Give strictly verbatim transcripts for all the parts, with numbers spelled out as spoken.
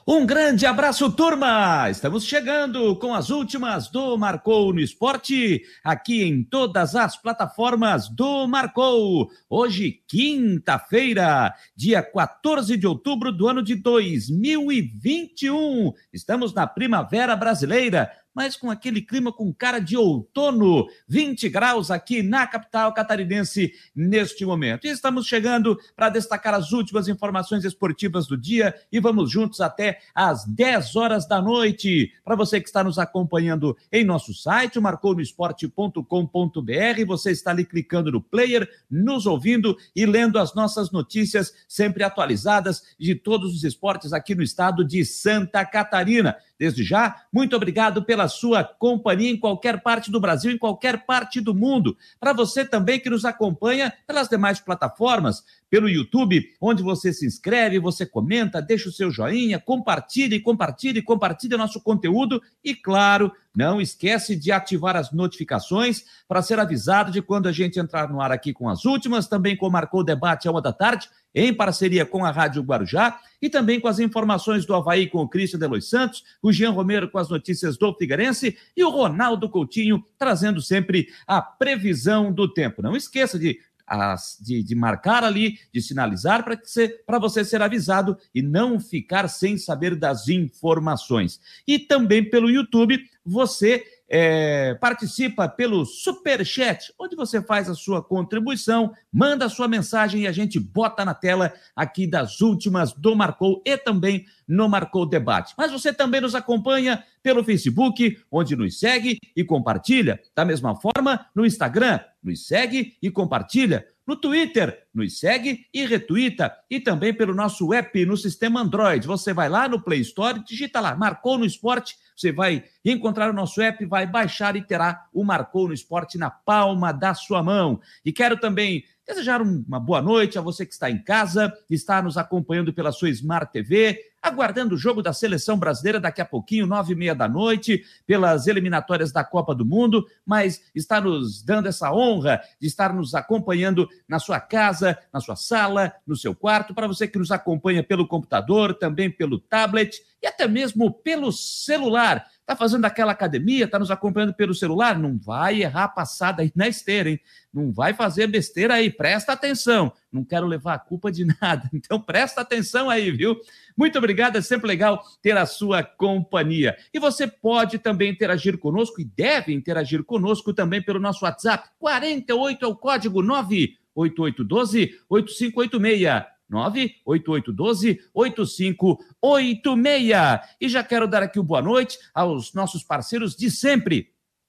Um grande abraço, turma! Estamos chegando com as últimas do Marcou no Esporte, aqui em todas as plataformas do Marcou. Hoje, quinta-feira, dia quatorze de outubro do ano de dois mil e vinte e um. Estamos na primavera brasileira, mas com aquele clima com cara de outono, vinte graus aqui na capital catarinense neste momento. E estamos chegando para destacar as últimas informações esportivas do dia e vamos juntos até às dez horas da noite. Para você que está nos acompanhando em nosso site, marcou no esporte ponto com ponto b r, você está ali clicando no player, nos ouvindo e lendo as nossas notícias sempre atualizadas de todos os esportes aqui no estado de Santa Catarina. Desde já, muito obrigado pela sua companhia em qualquer parte do Brasil, em qualquer parte do mundo. Para você também que nos acompanha pelas demais plataformas, pelo YouTube, onde você se inscreve, você comenta, deixa o seu joinha, compartilhe, compartilhe, compartilhe nosso conteúdo e, claro, não esquece de ativar as notificações para ser avisado de quando a gente entrar no ar aqui com as últimas, também com o Marcou o Debate à uma da tarde, em parceria com a Rádio Guarujá e também com as informações do Avaí com o Cristian de Los Santos, o Jean Romero com as notícias do Figueirense e o Ronaldo Coutinho trazendo sempre a previsão do tempo. Não esqueça de As, de, de marcar ali, de sinalizar para você, para você ser avisado e não ficar sem saber das informações. E também pelo YouTube, você é, participa pelo Superchat, onde você faz a sua contribuição, manda a sua mensagem e a gente bota na tela aqui das últimas do Marcou e também no Marcou Debate. Mas você também nos acompanha pelo Facebook, onde nos segue e compartilha. Da mesma forma, no Instagram, nos segue e compartilha. No Twitter, nos segue e retuita. E também pelo nosso app no sistema Android. Você vai lá no Play Store, digita lá, Marcou no Esporte. Você vai encontrar o nosso app, vai baixar e terá o Marcou no Esporte na palma da sua mão. E quero também desejar uma boa noite a você que está em casa, está nos acompanhando pela sua Smart T V, aguardando o jogo da Seleção Brasileira daqui a pouquinho, nove e meia da noite, pelas eliminatórias da Copa do Mundo, mas está nos dando essa honra de estar nos acompanhando na sua casa, na sua sala, no seu quarto, para você que nos acompanha pelo computador, também pelo tablet e até mesmo pelo celular. Está fazendo aquela academia, está nos acompanhando pelo celular? Não vai errar a passada aí na esteira, hein? Não vai fazer besteira aí, presta atenção. Não quero levar a culpa de nada, então presta atenção aí, viu? Muito obrigado, é sempre legal ter a sua companhia. E você pode também interagir conosco e deve interagir conosco também pelo nosso WhatsApp. quarenta e oito é o código nove oito oito um dois oito cinco oito seis. nove oito oito um dois oito cinco oito seis. E já quero dar aqui uma boa noite aos nossos parceiros de sempre,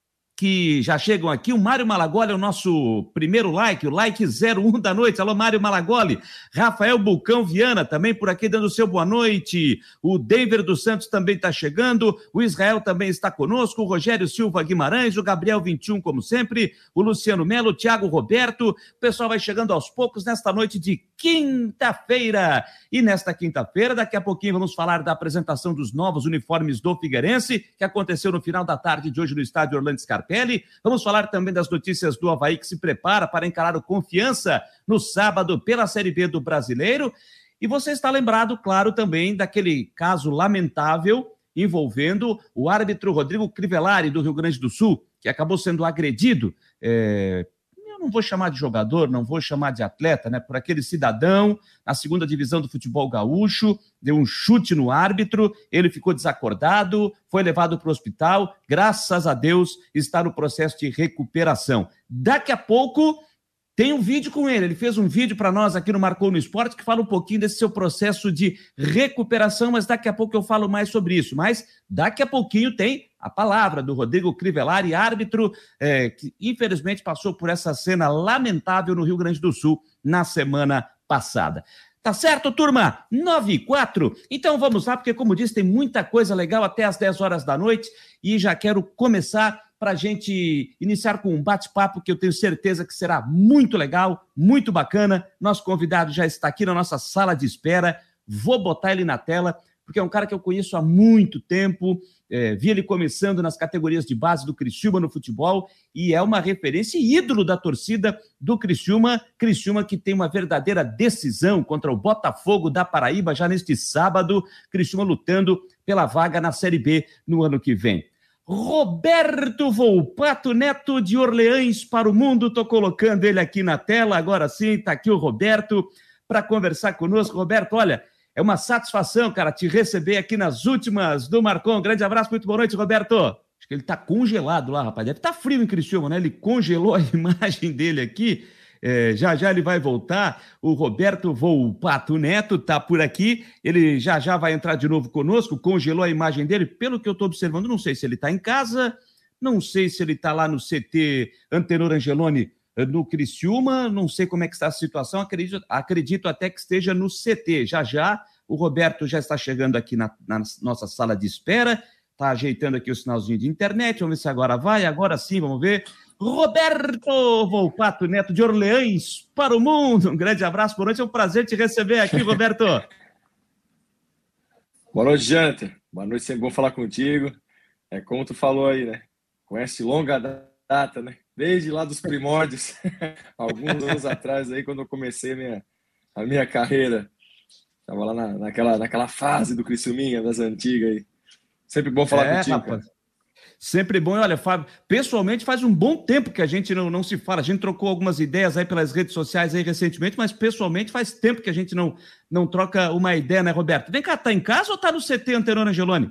que já chegam aqui. O Mário Malagoli é o nosso primeiro like, o like zero um da noite. Alô, Mário Malagoli. Rafael Bulcão Viana também por aqui dando o seu boa noite. O Denver dos Santos também está chegando. O Israel também está conosco. O Rogério Silva Guimarães, o Gabriel vinte e um, como sempre. O Luciano Melo, o Thiago Roberto. O pessoal vai chegando aos poucos nesta noite de quinta-feira. E nesta quinta-feira, daqui a pouquinho, vamos falar da apresentação dos novos uniformes do Figueirense, que aconteceu no final da tarde de hoje no estádio Orlando Scarpelli. Vamos falar também das notícias do Avaí, que se prepara para encarar o Confiança no sábado pela Série B do Brasileiro. E você está lembrado, claro, também daquele caso lamentável envolvendo o árbitro Rodrigo Crivellari, do Rio Grande do Sul, que acabou sendo agredido, é... eu não vou chamar de jogador, não vou chamar de atleta, né? Por aquele cidadão na segunda divisão do futebol gaúcho, deu um chute no árbitro, ele ficou desacordado, foi levado para o hospital, graças a Deus está no processo de recuperação. Daqui a pouco tem um vídeo com ele, ele fez um vídeo para nós aqui no Marcou no Esporte que fala um pouquinho desse seu processo de recuperação, mas daqui a pouco eu falo mais sobre isso. Mas daqui a pouquinho tem a palavra do Rodrigo Crivellari, árbitro é, que infelizmente passou por essa cena lamentável no Rio Grande do Sul na semana passada. Tá certo, turma? nove e quatro. Então vamos lá, porque como disse, tem muita coisa legal até às dez horas da noite e já quero começar para a gente iniciar com um bate-papo que eu tenho certeza que será muito legal, muito bacana. Nosso convidado já está aqui na nossa sala de espera. Vou botar ele na tela porque é um cara que eu conheço há muito tempo, é, vi ele começando nas categorias de base do Criciúma no futebol, e é uma referência e ídolo da torcida do Criciúma, Criciúma que tem uma verdadeira decisão contra o Botafogo da Paraíba, já neste sábado, Criciúma lutando pela vaga na Série B no ano que vem. Roberto Volpato Neto de Orleans para o mundo, estou colocando ele aqui na tela, agora sim, está aqui o Roberto para conversar conosco. Roberto, olha, é uma satisfação, cara, te receber aqui nas últimas do Marcon. Um grande abraço, muito boa noite, Roberto. Acho que ele está congelado lá, rapaz, deve estar tá frio em Criciúma, né? Ele congelou a imagem dele aqui. É, já já ele vai voltar, o Roberto Volpato Neto está por aqui, ele já já vai entrar de novo conosco, congelou a imagem dele, pelo que eu estou observando, não sei se ele está em casa, não sei se ele está lá no C T Antenor Angeloni, no Criciúma, não sei como é que está a situação, acredito, acredito até que esteja no C T, já já o Roberto já está chegando aqui na, na nossa sala de espera, está ajeitando aqui o sinalzinho de internet, vamos ver se agora vai, agora sim, vamos ver. Roberto Volpato Neto de Orleans para o mundo, um grande abraço, boa noite, é um prazer te receber aqui, Roberto. Boa noite, Janter, boa noite, sempre bom falar contigo, é como tu falou aí, né, conhece longa data, né, desde lá dos primórdios, alguns anos atrás aí, quando eu comecei a minha, a minha carreira, estava lá na, naquela, naquela fase do Criciúminha, das antigas aí, sempre bom falar é, contigo, rapaz. cara. Sempre bom. E olha, Fábio, pessoalmente faz um bom tempo que a gente não, não se fala. A gente trocou algumas ideias aí pelas redes sociais aí recentemente, mas pessoalmente faz tempo que a gente não, não troca uma ideia, né, Roberto? Vem cá, tá em casa ou tá no C T Antenor Angeloni?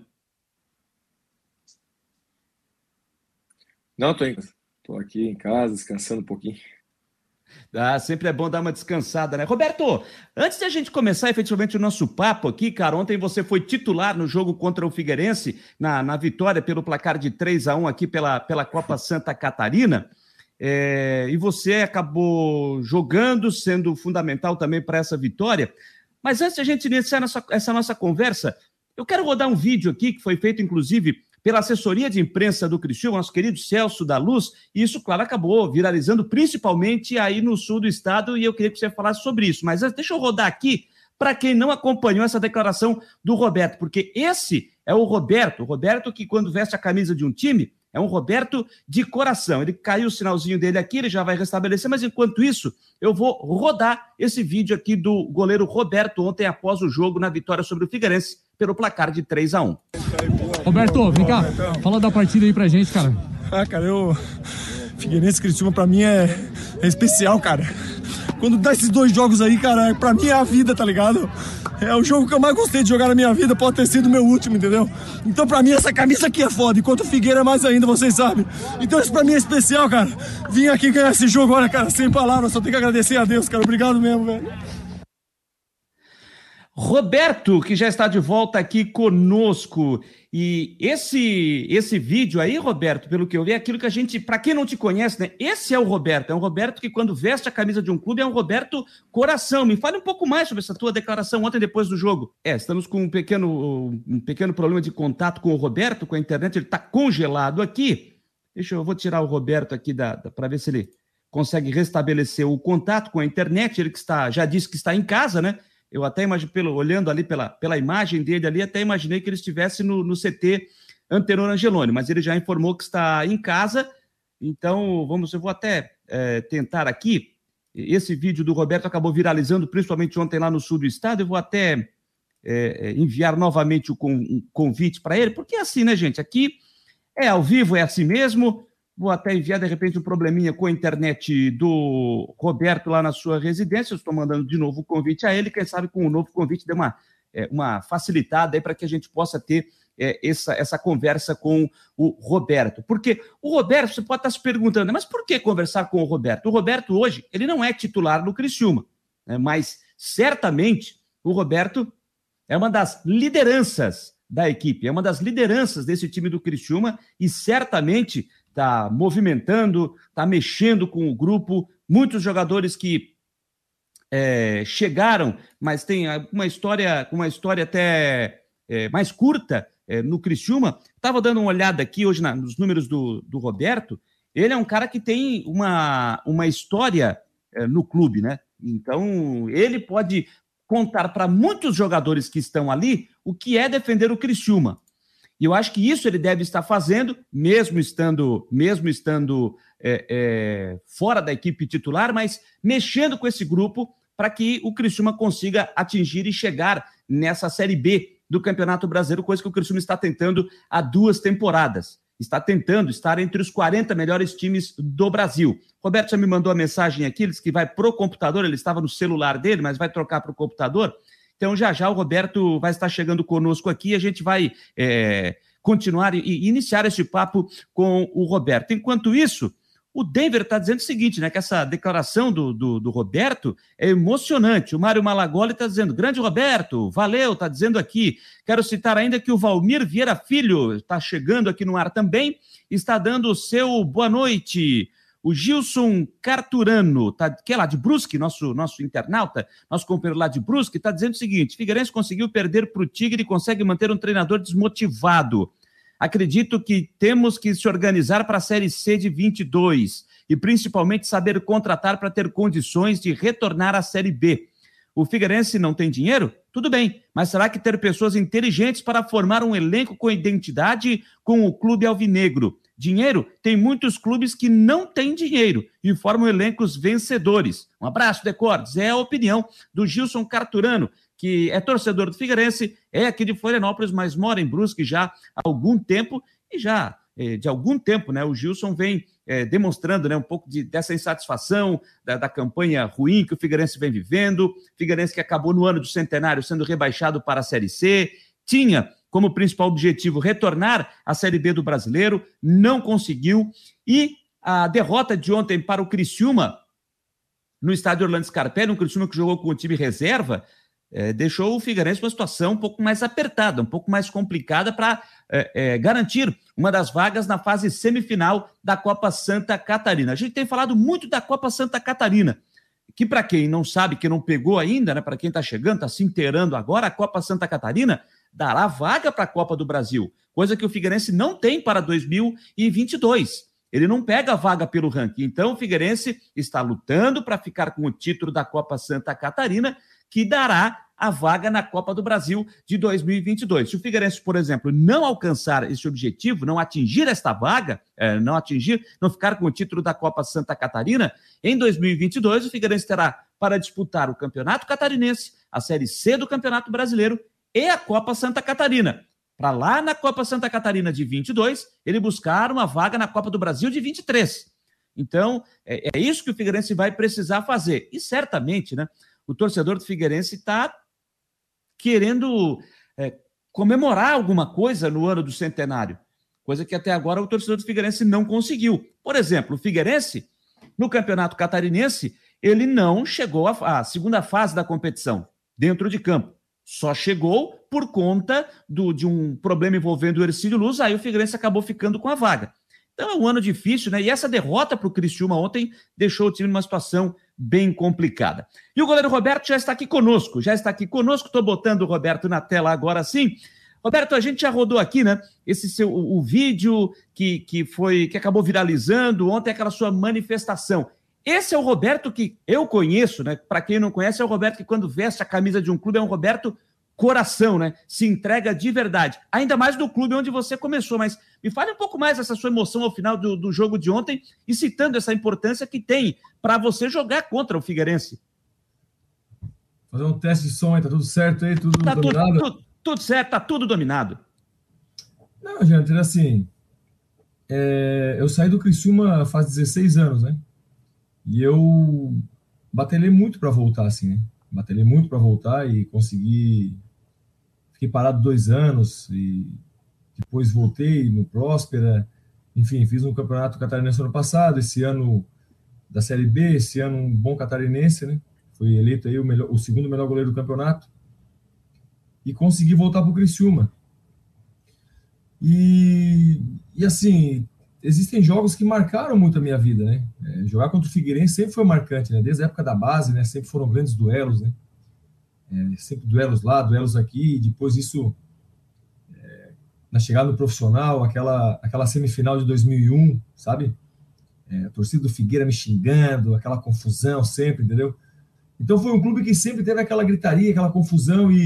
Não, tô, em... tô aqui em casa, descansando um pouquinho. Ah, sempre é bom dar uma descansada, né? Roberto, antes de a gente começar efetivamente o nosso papo aqui, cara, ontem você foi titular no jogo contra o Figueirense, na, na vitória pelo placar de três a um aqui pela, pela Copa Santa Catarina, é, e você acabou jogando, sendo fundamental também para essa vitória. Mas antes de a gente iniciar essa, essa nossa conversa, eu quero rodar um vídeo aqui que foi feito, inclusive, pela assessoria de imprensa do Criciúma, nosso querido Celso da Luz, e isso, claro, acabou viralizando principalmente aí no sul do estado, e eu queria que você falasse sobre isso. Mas antes, deixa eu rodar aqui para quem não acompanhou essa declaração do Roberto, porque esse é o Roberto, o Roberto que quando veste a camisa de um time, é um Roberto de coração. Ele caiu o sinalzinho dele aqui, ele já vai restabelecer, mas enquanto isso, eu vou rodar esse vídeo aqui do goleiro Roberto ontem após o jogo na vitória sobre o Figueirense pelo placar de três a um. Roberto, vem cá, fala da partida aí pra gente, cara. Ah, cara, eu... Figueirense Criciúma pra mim é... é especial, cara. Quando dá esses dois jogos aí, cara, pra mim é a vida, tá ligado? É o jogo que eu mais gostei de jogar na minha vida, pode ter sido o meu último, entendeu? Então pra mim essa camisa aqui é foda, enquanto o Figueira é mais ainda, vocês sabem. Então isso pra mim é especial, cara. Vim aqui ganhar esse jogo, olha, cara, sem palavras, só tenho que agradecer a Deus, cara. Obrigado mesmo, velho. Roberto, que já está de volta aqui conosco, e esse esse vídeo aí, Roberto, pelo que eu vi, é aquilo que a gente, para quem não te conhece, né, esse é o Roberto, é um Roberto que quando veste a camisa de um clube é um Roberto coração. Me fale um pouco mais sobre essa tua declaração ontem depois do jogo. É, estamos com um pequeno, um pequeno problema de contato com o Roberto, com a internet, ele está congelado aqui. Deixa eu, eu vou tirar o Roberto aqui da, da para ver se ele consegue restabelecer o contato com a internet, ele que está, já disse que está em casa, né? Eu até imagino, pelo, olhando ali pela, pela imagem dele ali, até imaginei que ele estivesse no, no C T Antenor Angeloni, mas ele já informou que está em casa, então vamos, eu vou até é, tentar aqui, esse vídeo do Roberto acabou viralizando, principalmente ontem lá no sul do estado, eu vou até é, enviar novamente o con, um convite para ele, porque é assim, né, gente, aqui é ao vivo, é assim mesmo. Vou até enviar, de repente, um probleminha com a internet do Roberto lá na sua residência. Eu estou mandando de novo o convite a ele. Quem sabe com o novo convite dê uma, é, uma facilitada aí para que a gente possa ter é, essa, essa conversa com o Roberto. Porque o Roberto, você pode estar se perguntando, mas por que conversar com o Roberto? O Roberto hoje, ele não é titular no Criciúma, né? Mas certamente o Roberto é uma das lideranças da equipe, é uma das lideranças desse time do Criciúma e certamente está movimentando, está mexendo com o grupo, muitos jogadores que é, chegaram, mas tem uma história, uma história até é, mais curta é, no Criciúma. Estava dando uma olhada aqui hoje na, nos números do, do Roberto, ele é um cara que tem uma, uma história é, no clube, né? Então, ele pode contar para muitos jogadores que estão ali o que é defender o Criciúma. E eu acho que isso ele deve estar fazendo, mesmo estando, mesmo estando é, é, fora da equipe titular, mas mexendo com esse grupo para que o Criciúma consiga atingir e chegar nessa Série B do Campeonato Brasileiro, coisa que o Criciúma está tentando há duas temporadas. Está tentando estar entre os quarenta melhores times do Brasil. Roberto já me mandou a mensagem aqui, ele disse que vai pro computador, ele estava no celular dele, mas vai trocar para o computador. Então, já já o Roberto vai estar chegando conosco aqui e a gente vai é, continuar e, e iniciar esse papo com o Roberto. Enquanto isso, o Denver está dizendo o seguinte, né, que essa declaração do, do, do Roberto é emocionante. O Mário Malagoli está dizendo, grande Roberto, valeu, está dizendo aqui. Quero citar ainda que o Valmir Vieira Filho está chegando aqui no ar também, está dando o seu boa noite. O Gilson Carturano, tá, que é lá de Brusque, nosso, nosso internauta, nosso companheiro lá de Brusque, está dizendo o seguinte, Figueirense conseguiu perder para o Tigre e consegue manter um treinador desmotivado. Acredito que temos que se organizar para a Série C de vinte e dois e principalmente saber contratar para ter condições de retornar à Série B. O Figueirense não tem dinheiro? Tudo bem, mas será que ter pessoas inteligentes para formar um elenco com identidade com o clube alvinegro? Dinheiro? Tem muitos clubes que não têm dinheiro e formam elencos vencedores. Um abraço, Decordes. É a opinião do Gilson Carturano, que é torcedor do Figueirense, é aqui de Florianópolis, mas mora em Brusque já há algum tempo, e já eh, de algum tempo, né, o Gilson vem eh, demonstrando, né, um pouco de, dessa insatisfação da, da campanha ruim que o Figueirense vem vivendo, Figueirense que acabou no ano do centenário sendo rebaixado para a Série C, tinha como principal objetivo retornar à Série B do Brasileiro, não conseguiu, e a derrota de ontem para o Criciúma, no estádio Orlando Scarpelli, um Criciúma que jogou com o time reserva, É, deixou o Figueirense numa situação um pouco mais apertada, um pouco mais complicada para é, é, garantir uma das vagas na fase semifinal da Copa Santa Catarina. A gente tem falado muito da Copa Santa Catarina, que para quem não sabe, que não pegou ainda, né, para quem está chegando, está se inteirando agora, a Copa Santa Catarina dará vaga para a Copa do Brasil, coisa que o Figueirense não tem para dois mil e vinte e dois. Ele não pega a vaga pelo ranking. Então o Figueirense está lutando para ficar com o título da Copa Santa Catarina, que dará a vaga na Copa do Brasil de dois mil e vinte e dois. Se o Figueirense, por exemplo, não alcançar esse objetivo, não atingir esta vaga, é, não atingir, não ficar com o título da Copa Santa Catarina, em dois mil e vinte e dois o Figueirense terá para disputar o Campeonato Catarinense, a Série C do Campeonato Brasileiro e a Copa Santa Catarina. Para lá na Copa Santa Catarina de vinte e dois, ele buscar uma vaga na Copa do Brasil de vinte e três. Então, é, é isso que o Figueirense vai precisar fazer. E certamente, né, o torcedor do Figueirense está querendo é, comemorar alguma coisa no ano do centenário, coisa que até agora o torcedor do Figueirense não conseguiu. Por exemplo, o Figueirense, no Campeonato Catarinense, ele não chegou à segunda fase da competição, dentro de campo. Só chegou por conta do, de um problema envolvendo o Hercílio Luz, aí o Figueirense acabou ficando com a vaga. Então é um ano difícil, né? E essa derrota para o Criciúma ontem deixou o time numa situação bem complicada. E o goleiro Roberto já está aqui conosco, já está aqui conosco, estou botando o Roberto na tela agora sim. Roberto, a gente já rodou aqui, né, esse seu, o, o vídeo que, que, foi, que acabou viralizando ontem, aquela sua manifestação. Esse é o Roberto que eu conheço, né? Para quem não conhece, é o Roberto que quando veste a camisa de um clube é um Roberto coração, né? Se entrega de verdade. Ainda mais do clube onde você começou, mas me fale um pouco mais dessa sua emoção ao final do, do jogo de ontem e citando essa importância que tem para você jogar contra o Figueirense. Fazer um teste de som aí, tá tudo certo aí? Tudo tá dominado? Tudo, tudo, tudo certo, tá tudo dominado. Não, gente, assim, é, eu saí do Criciúma faz dezesseis anos, né? E eu batalhei muito para voltar, assim, né? Batalhei muito para voltar e consegui. Fiquei parado dois anos e depois voltei no Próspera. Enfim, fiz um campeonato catarinense ano passado, esse ano da Série B, esse ano um bom catarinense, né? Fui eleito aí o, melhor, o segundo melhor goleiro do campeonato e consegui voltar para o Criciúma. E, e assim, existem jogos que marcaram muito a minha vida, né? É, jogar contra o Figueirense sempre foi marcante, né? Desde a época da base, né? Sempre foram grandes duelos, né? É, sempre duelos lá, duelos aqui, e depois isso, é, na chegada do profissional, aquela, aquela semifinal de dois mil e um, sabe? É, a torcida do Figueira me xingando, aquela confusão sempre, entendeu? Então foi um clube que sempre teve aquela gritaria, aquela confusão, e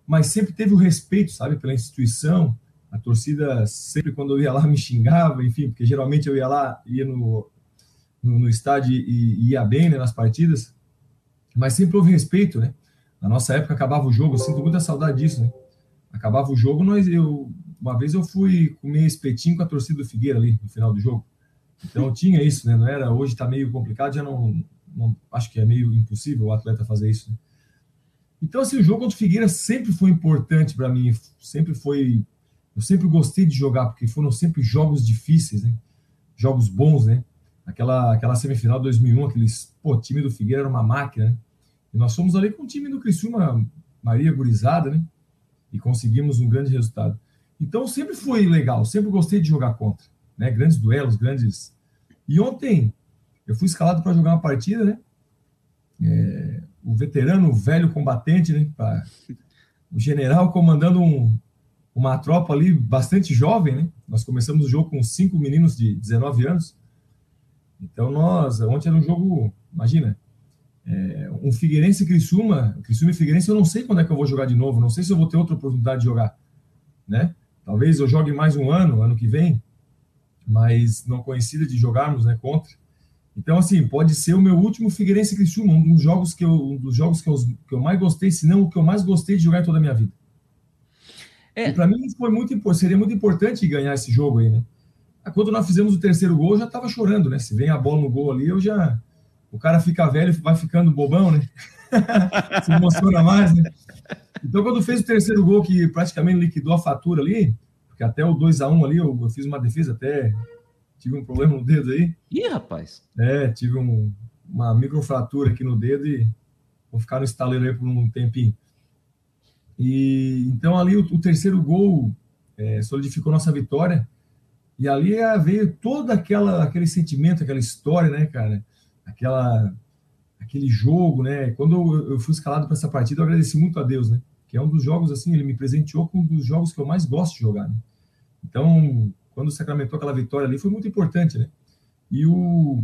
mas sempre teve o respeito, sabe, pela instituição. A torcida sempre, quando eu ia lá, me xingava, enfim, porque geralmente eu ia lá, ia no, no, no estádio e, e ia bem, né, nas partidas, mas sempre houve respeito, né? Na nossa época acabava o jogo, eu sinto muita saudade disso, né? Acabava o jogo, nós, eu, uma vez eu fui comer espetinho com a torcida do Figueira ali, no final do jogo. Então tinha isso, né? Não era, hoje está meio complicado, já não, não, acho que é meio impossível o atleta fazer isso, né? Então, assim, o jogo contra o Figueira sempre foi importante para mim, sempre foi, eu sempre gostei de jogar, porque foram sempre jogos difíceis, né? Jogos bons, né? Aquela, aquela semifinal de dois mil e um, aqueles, pô, time do Figueira era uma máquina, né? E nós fomos ali com o time do Criciúma, Maria Gurizada, né? E conseguimos um grande resultado. Então, sempre foi legal, sempre gostei de jogar contra, né? Grandes duelos, grandes... E ontem, eu fui escalado para jogar uma partida, né? É, o veterano, o velho combatente, né? Pra... O general comandando um, uma tropa ali bastante jovem, né? Nós começamos o jogo com cinco meninos de dezenove anos. Então, nós... Ontem era um jogo, imagina... É, um Figueirense e Criciúma, Criciúma e Figueirense, eu não sei quando é que eu vou jogar de novo, não sei se eu vou ter outra oportunidade de jogar, né? Talvez eu jogue mais um ano, ano que vem, mas não coincida de jogarmos, né, contra. Então, assim, pode ser o meu último Figueirense e Criciúma, um dos jogos que eu, um dos jogos que eu, que eu mais gostei, se não o que eu mais gostei de jogar em toda a minha vida. É. E para mim foi muito, seria muito importante ganhar esse jogo aí, né? Quando nós fizemos o terceiro gol, eu já estava chorando, né? Se vem a bola no gol ali, eu já... O cara fica velho, vai ficando bobão, né? Se emociona mais, né? Então, quando fez o terceiro gol, que praticamente liquidou a fatura ali, porque até o dois a um ali, eu, eu fiz uma defesa, até tive um problema no dedo aí. Ih, rapaz! É, tive um, uma microfratura aqui no dedo e vou ficar no estaleiro aí por um tempinho. E então, ali, o, o terceiro gol é, solidificou nossa vitória. E ali veio todo aquela, aquele sentimento, aquela história, né, cara? Aquela, aquele jogo, né? Quando eu, eu fui escalado para essa partida, eu agradeci muito a Deus, né? Que é um dos jogos, assim, ele me presenteou com um dos jogos que eu mais gosto de jogar, né? Então, quando sacramentou aquela vitória ali, foi muito importante, né? E o,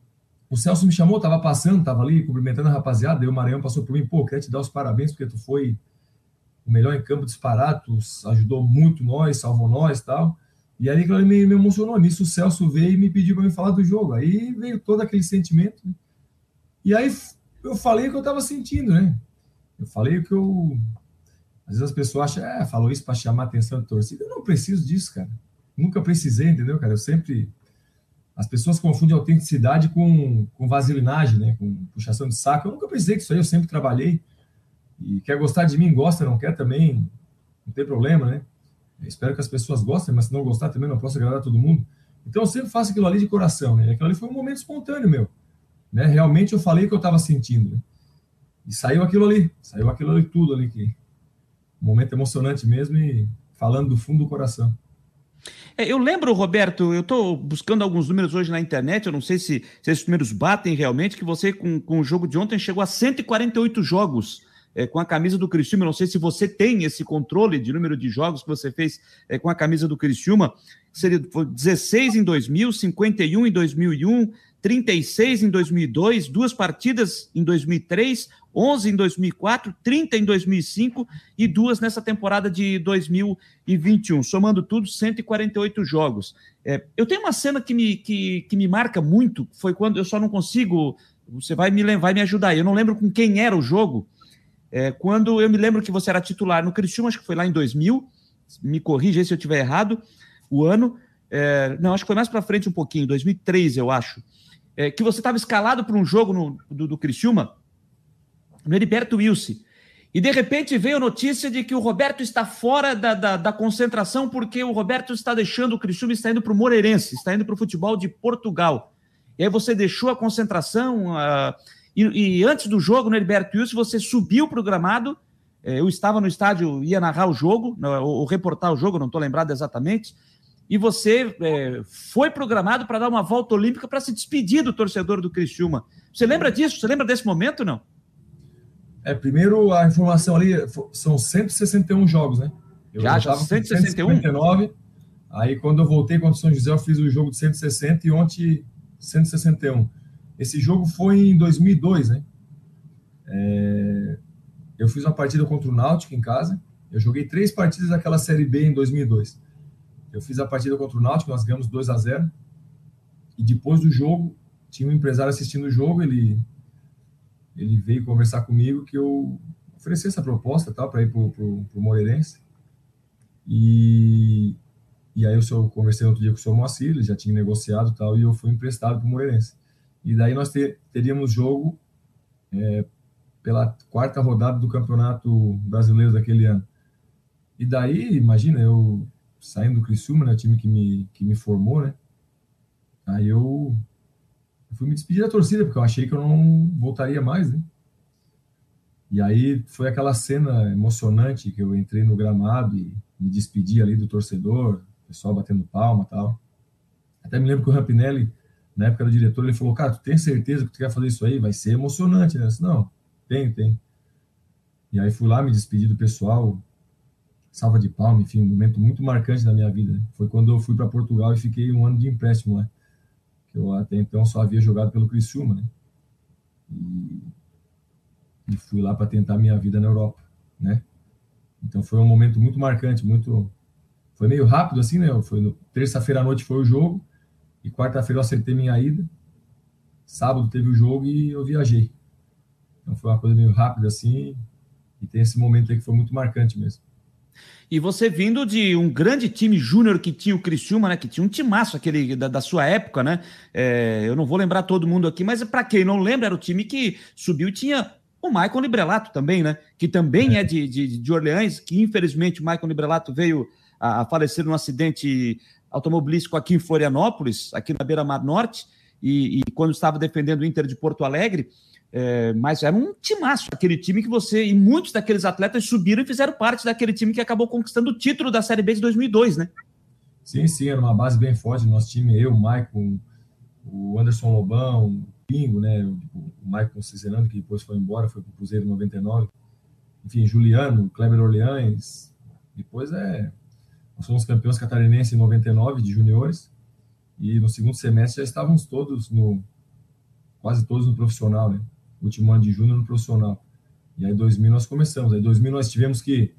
o Celso me chamou, tava passando, tava ali cumprimentando a rapaziada, e o Maranhão passou por mim, pô, quero te dar os parabéns, porque tu foi o melhor em campo disparado, tu ajudou muito nós, salvou nós e tal. E aí ele me, me emocionou. Nisso o Celso veio e me pediu para me falar do jogo. Aí veio todo aquele sentimento, né? E aí eu falei o que eu estava sentindo, né? Eu falei o que eu... Às vezes as pessoas acham, é, falou isso para chamar a atenção da torcida. Eu não preciso disso, cara. Nunca precisei, entendeu, cara? Eu sempre... As pessoas confundem autenticidade com, com vaselinagem, né? Com puxação de saco. Eu nunca precisei disso aí, eu sempre trabalhei. E quer gostar de mim, gosta, não quer também, não tem problema, né? Eu espero que as pessoas gostem, mas se não gostar também não posso agradar todo mundo. Então eu sempre faço aquilo ali de coração, né? Aquilo ali foi um momento espontâneo meu, né? Realmente eu falei o que eu estava sentindo, né? E saiu aquilo ali, saiu aquilo ali tudo ali, que um momento emocionante mesmo e falando do fundo do coração. É, eu lembro, Roberto, eu estou buscando alguns números hoje na internet, eu não sei se, se esses números batem realmente, que você com, com o jogo de ontem chegou a cento e quarenta e oito jogos. É, com a camisa do Criciúma, eu não sei se você tem esse controle de número de jogos que você fez é, com a camisa do Criciúma, seria foi dezesseis em dois mil, cinquenta e um em dois mil e um, trinta e seis em dois mil e dois, duas partidas em dois mil e três, onze em dois mil e quatro, trinta em dois mil e cinco e duas nessa temporada de dois mil e vinte e um, somando tudo, cento e quarenta e oito jogos. É, eu tenho uma cena que me, que, que me marca muito, foi quando eu só não consigo, você vai me, vai me ajudar, eu não lembro com quem era o jogo. É, quando eu me lembro que você era titular no Criciúma, acho que foi lá em dois mil, me corrija aí se eu estiver errado, o ano, é, não, acho que foi mais para frente um pouquinho, dois mil e três, eu acho, é, que você estava escalado para um jogo no, do, do Criciúma, no Heriberto Wilson, e de repente veio a notícia de que o Roberto está fora da, da, da concentração porque o Roberto está deixando o Criciúma e está indo para o Moreirense, está indo para o futebol de Portugal. E aí você deixou a concentração... A, E, e antes do jogo, no Heriberto Wilson, você subiu para o gramado, eu estava no estádio, ia narrar o jogo, ou, ou reportar o jogo, não estou lembrado exatamente, e você é, foi para o gramado para dar uma volta olímpica para se despedir do torcedor do Criciúma. Você lembra disso? Você lembra desse momento, não? É, primeiro a informação ali, são cento e sessenta e um jogos, né? Eu já, já cento e sessenta e um? cento e cinquenta e nove, aí quando eu voltei contra o São José, eu fiz o jogo de cento e sessenta e ontem cento e sessenta e um. Esse jogo foi em dois mil e dois, né? É... Eu fiz uma partida contra o Náutico em casa, Eu joguei três partidas daquela Série B em dois mil e dois. Eu fiz a partida contra o Náutico, nós ganhamos dois a zero. E depois do jogo, tinha um empresário assistindo o jogo, ele, ele veio conversar comigo que eu ofereci essa proposta para ir para o Moreirense. E, e aí eu só conversei outro dia com o senhor Moacir, ele já tinha negociado e tal, e eu fui emprestado para o Moreirense. E daí nós ter, teríamos jogo é, pela quarta rodada do Campeonato Brasileiro daquele ano. E daí, imagina, eu saindo do Criciúma, né, o time que me, que me formou, né? Aí eu, eu fui me despedir da torcida, porque eu achei que eu não voltaria mais, né? E aí foi aquela cena emocionante que eu entrei no gramado e me despedi ali do torcedor, o pessoal batendo palma e tal. Até me lembro que o Rampinelli, na época do diretor, ele falou, cara, tu tem certeza que tu quer fazer isso aí? Vai ser emocionante, né? Eu disse, não, tem, tem. E aí fui lá, me despedi do pessoal, salva de palma, enfim, um momento muito marcante da minha vida, né? Foi quando eu fui para Portugal e fiquei um ano de empréstimo lá. Que eu até então só havia jogado pelo Criciúma, né? E, e fui lá para tentar minha vida na Europa, né? Então foi um momento muito marcante, muito... Foi meio rápido assim, né? Foi no... Terça-feira à noite foi o jogo, e quarta-feira eu acertei minha ida, sábado teve o jogo e eu viajei. Então foi uma coisa meio rápida assim, e tem esse momento aí que foi muito marcante mesmo. E você vindo de um grande time júnior que tinha o Criciúma, né? Que tinha um timaço aquele da, da sua época, né? É, eu não vou lembrar todo mundo aqui, mas para quem não lembra, era o time que subiu e tinha o Maicon Librelato também, né? Que também é, é de, de, de Orleans, que infelizmente o Maicon Librelato veio a, a falecer num acidente automobilístico aqui em Florianópolis, aqui na Beira-Mar Norte, e, e quando estava defendendo o Inter de Porto Alegre. É, mas era um timaço, aquele time que você, e muitos daqueles atletas subiram e fizeram parte daquele time que acabou conquistando o título da Série B de dois mil e dois, né? Sim, sim, era uma base bem forte no nosso time, eu, o Maicon, o Anderson Lobão, o Pingo, né, o Maicon Cicerano, que depois foi embora, foi pro Cruzeiro em noventa e nove, enfim, Juliano, Kleber Orleans, depois é, nós fomos campeões catarinenses em noventa e nove de juniores, e no segundo semestre já estávamos todos no, quase todos no profissional, né? Último ano de júnior no profissional. E aí, em dois mil, nós começamos. Aí, em dois mil, nós tivemos que,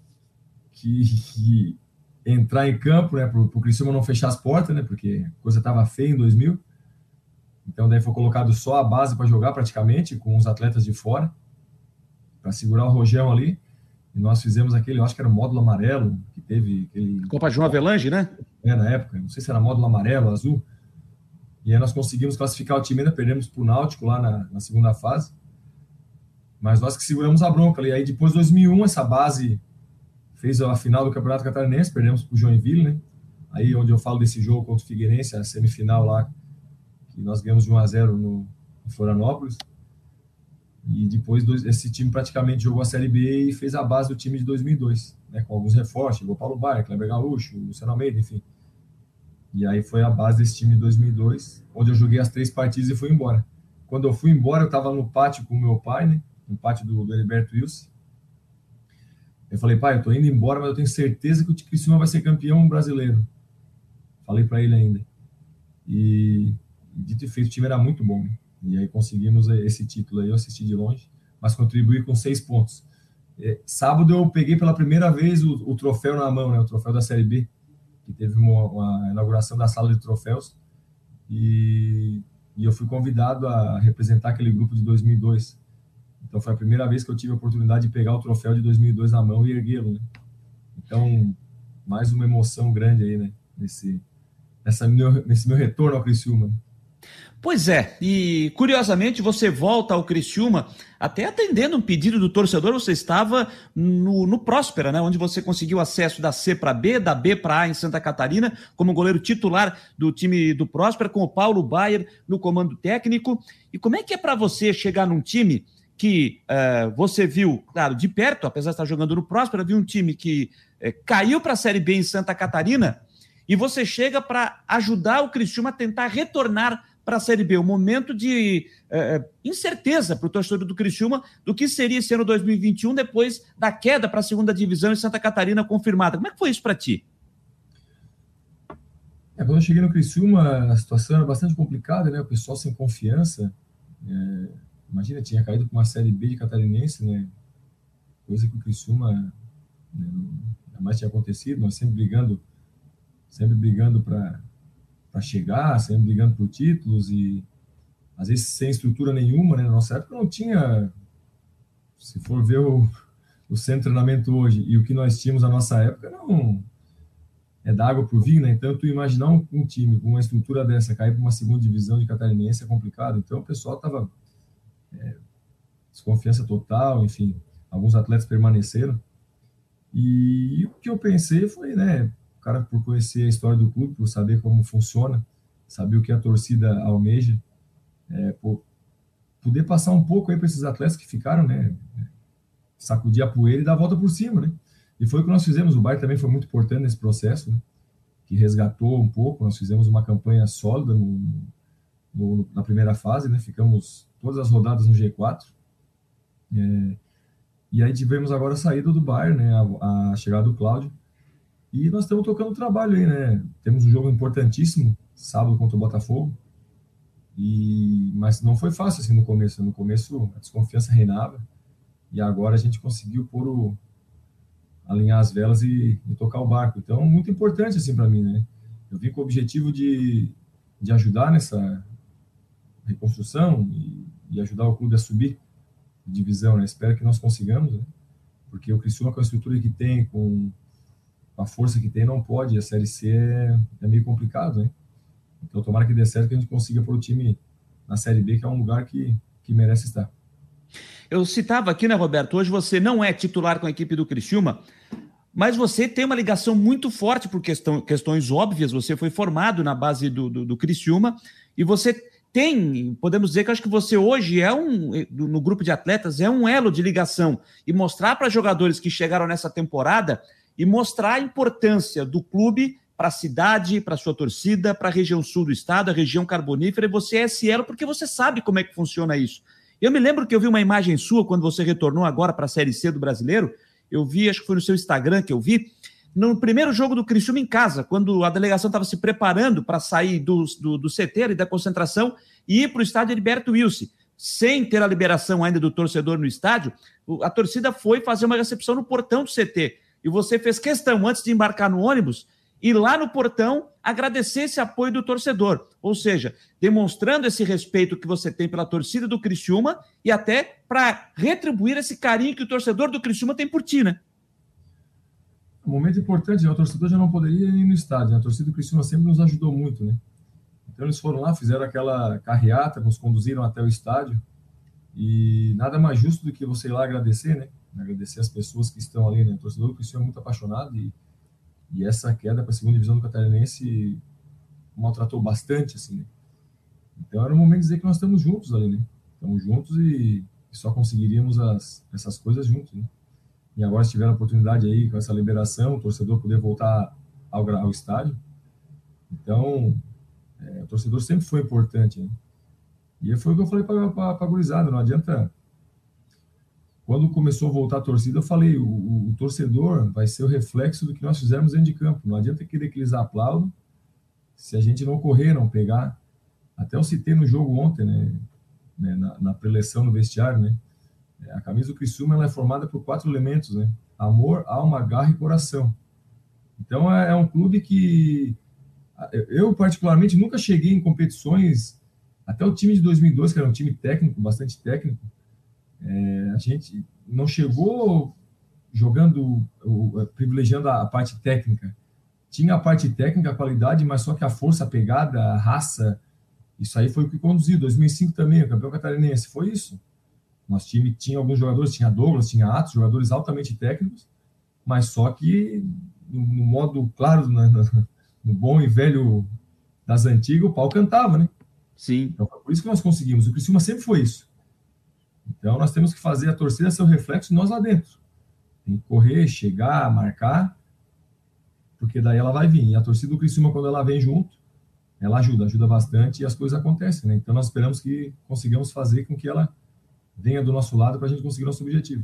que, que entrar em campo, né? Para o Criciúma não fechar as portas, né? Porque a coisa estava feia em dois mil. Então, daí foi colocado só a base para jogar, praticamente, com os atletas de fora, para segurar o rojão ali. E nós fizemos aquele, eu acho que era o módulo amarelo, que teve aquele... Copa João Avelange, né? É, na época. Não sei se era módulo amarelo, azul. E aí nós conseguimos classificar o time, ainda perdemos para o Náutico lá na, na segunda fase. Mas nós que seguramos a bronca ali. Aí depois, em dois mil e um, essa base fez a final do Campeonato Catarinense, perdemos para o Joinville, né? Aí onde eu falo desse jogo contra o Figueirense, a semifinal lá, que nós ganhamos de um a zero no, no Florianópolis. E depois dois, esse time praticamente jogou a Série B e fez a base do time de dois mil e dois, né? Com alguns reforços, chegou Paulo Baier, Kleber Gaúcho, Luciano Almeida, enfim. E aí foi a base desse time de dois mil e dois, onde eu joguei as três partidas e fui embora. Quando eu fui embora, eu estava no pátio com o meu pai, né? No pátio do, do Heriberto Wilson. Eu falei, pai, eu tô indo embora, mas eu tenho certeza que o Criciúma vai ser campeão brasileiro. Falei para ele ainda. E, dito e feito, o time era muito bom, né? E aí conseguimos esse título aí, eu assisti de longe, mas contribuí com seis pontos. É, sábado eu peguei pela primeira vez o, o troféu na mão, né? O troféu da Série B, que teve uma, uma inauguração da sala de troféus, e, e eu fui convidado a representar aquele grupo de dois mil e dois. Então foi a primeira vez que eu tive a oportunidade de pegar o troféu de dois mil e dois na mão e erguê-lo, né? Então, mais uma emoção grande aí, né? Nesse, nessa meu, nesse meu retorno ao Criciúma, né? Pois é, e curiosamente você volta ao Criciúma até atendendo um pedido do torcedor. Você estava no, no Próspera, né, onde você conseguiu acesso da C para B, da B para A em Santa Catarina, como goleiro titular do time do Próspera, com o Paulo Baier no comando técnico. E como é que é para você chegar num time que uh, você viu, claro, de perto, apesar de estar jogando no Próspera, viu um time que uh, caiu para a Série B em Santa Catarina, e você chega para ajudar o Criciúma a tentar retornar para a Série B, um momento de é, incerteza para o torcedor do Criciúma do que seria esse ano dois mil e vinte e um depois da queda para a segunda divisão em Santa Catarina confirmada. Como é que foi isso para ti? É, quando eu cheguei no Criciúma, a situação era bastante complicada, né? O pessoal sem confiança. É, imagina, tinha caído com uma Série B de catarinense, né? Coisa que o Criciúma né? Jamais tinha acontecido, nós sempre brigando, sempre brigando para chegar, sempre brigando por títulos e às vezes sem estrutura nenhuma, né? Na nossa época não tinha, se for ver o, o centro de treinamento hoje e o que nós tínhamos na nossa época, não é da água pro vinho, né? Então, tu imaginar um, um time com uma estrutura dessa cair para uma segunda divisão de catarinense é complicado. Então, o pessoal tava é, desconfiança total, enfim, alguns atletas permaneceram. E, e o que eu pensei foi, né, o cara por conhecer a história do clube, por saber como funciona, saber o que a torcida almeja, é, por poder passar um pouco aí para esses atletas que ficaram, né, sacudir a poeira e dar a volta por cima, né? E foi o que nós fizemos. O Bayern também foi muito importante nesse processo, né, que resgatou um pouco. Nós fizemos uma campanha sólida no, no, na primeira fase, né? Ficamos todas as rodadas no G quatro. É, e aí tivemos agora a saída do Bayern, né? A, a chegada do Cláudio. E nós estamos tocando o trabalho aí, né? Temos um jogo importantíssimo, sábado contra o Botafogo. E, mas não foi fácil assim no começo. No começo a desconfiança reinava. E agora a gente conseguiu pôr o alinhar as velas e, e tocar o barco. Então, muito importante assim para mim, né? Eu vim com o objetivo de, de ajudar nessa reconstrução e, e ajudar o clube a subir de divisão, né? Espero que nós consigamos, né? Porque o Criciúma, com a estrutura que tem, com a força que tem, não pode. A Série C é, é meio complicado, né? Então, tomara que dê certo, que a gente consiga pôr o time na Série B, que é um lugar que, que merece estar. Eu citava aqui, né, Roberto, hoje você não é titular com a equipe do Criciúma, mas você tem uma ligação muito forte por questão, questões óbvias. Você foi formado na base do, do, do Criciúma e você tem, podemos dizer que acho que você hoje é um, no grupo de atletas, é um elo de ligação e mostrar para jogadores que chegaram nessa temporada e mostrar a importância do clube para a cidade, para a sua torcida, para a região sul do estado, a região carbonífera, e você é esse elo porque você sabe como é que funciona isso. Eu me lembro que eu vi uma imagem sua quando você retornou agora para a Série C do Brasileiro. Eu vi, acho que foi no seu Instagram que eu vi, no primeiro jogo do Criciúma em casa, quando a delegação estava se preparando para sair do, do, do C T e da concentração e ir para o estádio Heriberto Wilson. Sem ter a liberação ainda do torcedor no estádio, a torcida foi fazer uma recepção no portão do C T. E você fez questão, antes de embarcar no ônibus, ir lá no portão agradecer esse apoio do torcedor, ou seja, demonstrando esse respeito que você tem pela torcida do Criciúma e até para retribuir esse carinho que o torcedor do Criciúma tem por ti, né? Um momento importante, né? O torcedor já não poderia ir no estádio, né? A torcida do Criciúma sempre nos ajudou muito, né? Então eles foram lá, fizeram aquela carreata, nos conduziram até o estádio e nada mais justo do que você ir lá agradecer, né? Agradecer as pessoas que estão ali, né? O torcedor do Criciúma é muito apaixonado e E essa queda para a segunda divisão do Catarinense maltratou bastante, assim, né? Então era o momento de dizer que nós estamos juntos ali, né? Estamos juntos e, e só conseguiríamos as, essas coisas juntos, né? E agora, se tiver a oportunidade aí, com essa liberação, o torcedor poder voltar ao, ao estádio. Então, é, o torcedor sempre foi importante, né? E foi o que eu falei para a gurizada, não adianta... Quando começou a voltar a torcida, eu falei, o, o, o torcedor vai ser o reflexo do que nós fizemos dentro de campo. Não adianta querer que eles aplaudam se a gente não correr, não pegar. Até eu citei no jogo ontem, né, né, na, na preleção no vestiário, né, a camisa do Criciúma ela é formada por quatro elementos, né, amor, alma, garra e coração. Então é, é um clube que eu particularmente nunca cheguei em competições, até o time de dois mil e dois, que era um time técnico, bastante técnico, É, a gente não chegou jogando, privilegiando a, a parte técnica. Tinha a parte técnica, a qualidade, mas só que a força, a pegada, a raça, isso aí foi o que conduziu. dois mil e cinco também, o campeão catarinense, foi isso. Nosso time tinha alguns jogadores, tinha Douglas, tinha Atos, jogadores altamente técnicos, mas só que no, no modo, claro, no, no bom e velho das antigas, o pau cantava, né? Sim. Então, foi por isso que nós conseguimos. O Criciúma sempre foi isso. Então, nós temos que fazer a torcida ser o reflexo de nós lá dentro. Tem que correr, chegar, marcar, porque daí ela vai vir. E a torcida do Criciúma, quando ela vem junto, ela ajuda, ajuda bastante e as coisas acontecem, né? Então, nós esperamos que consigamos fazer com que ela venha do nosso lado para a gente conseguir nosso objetivo.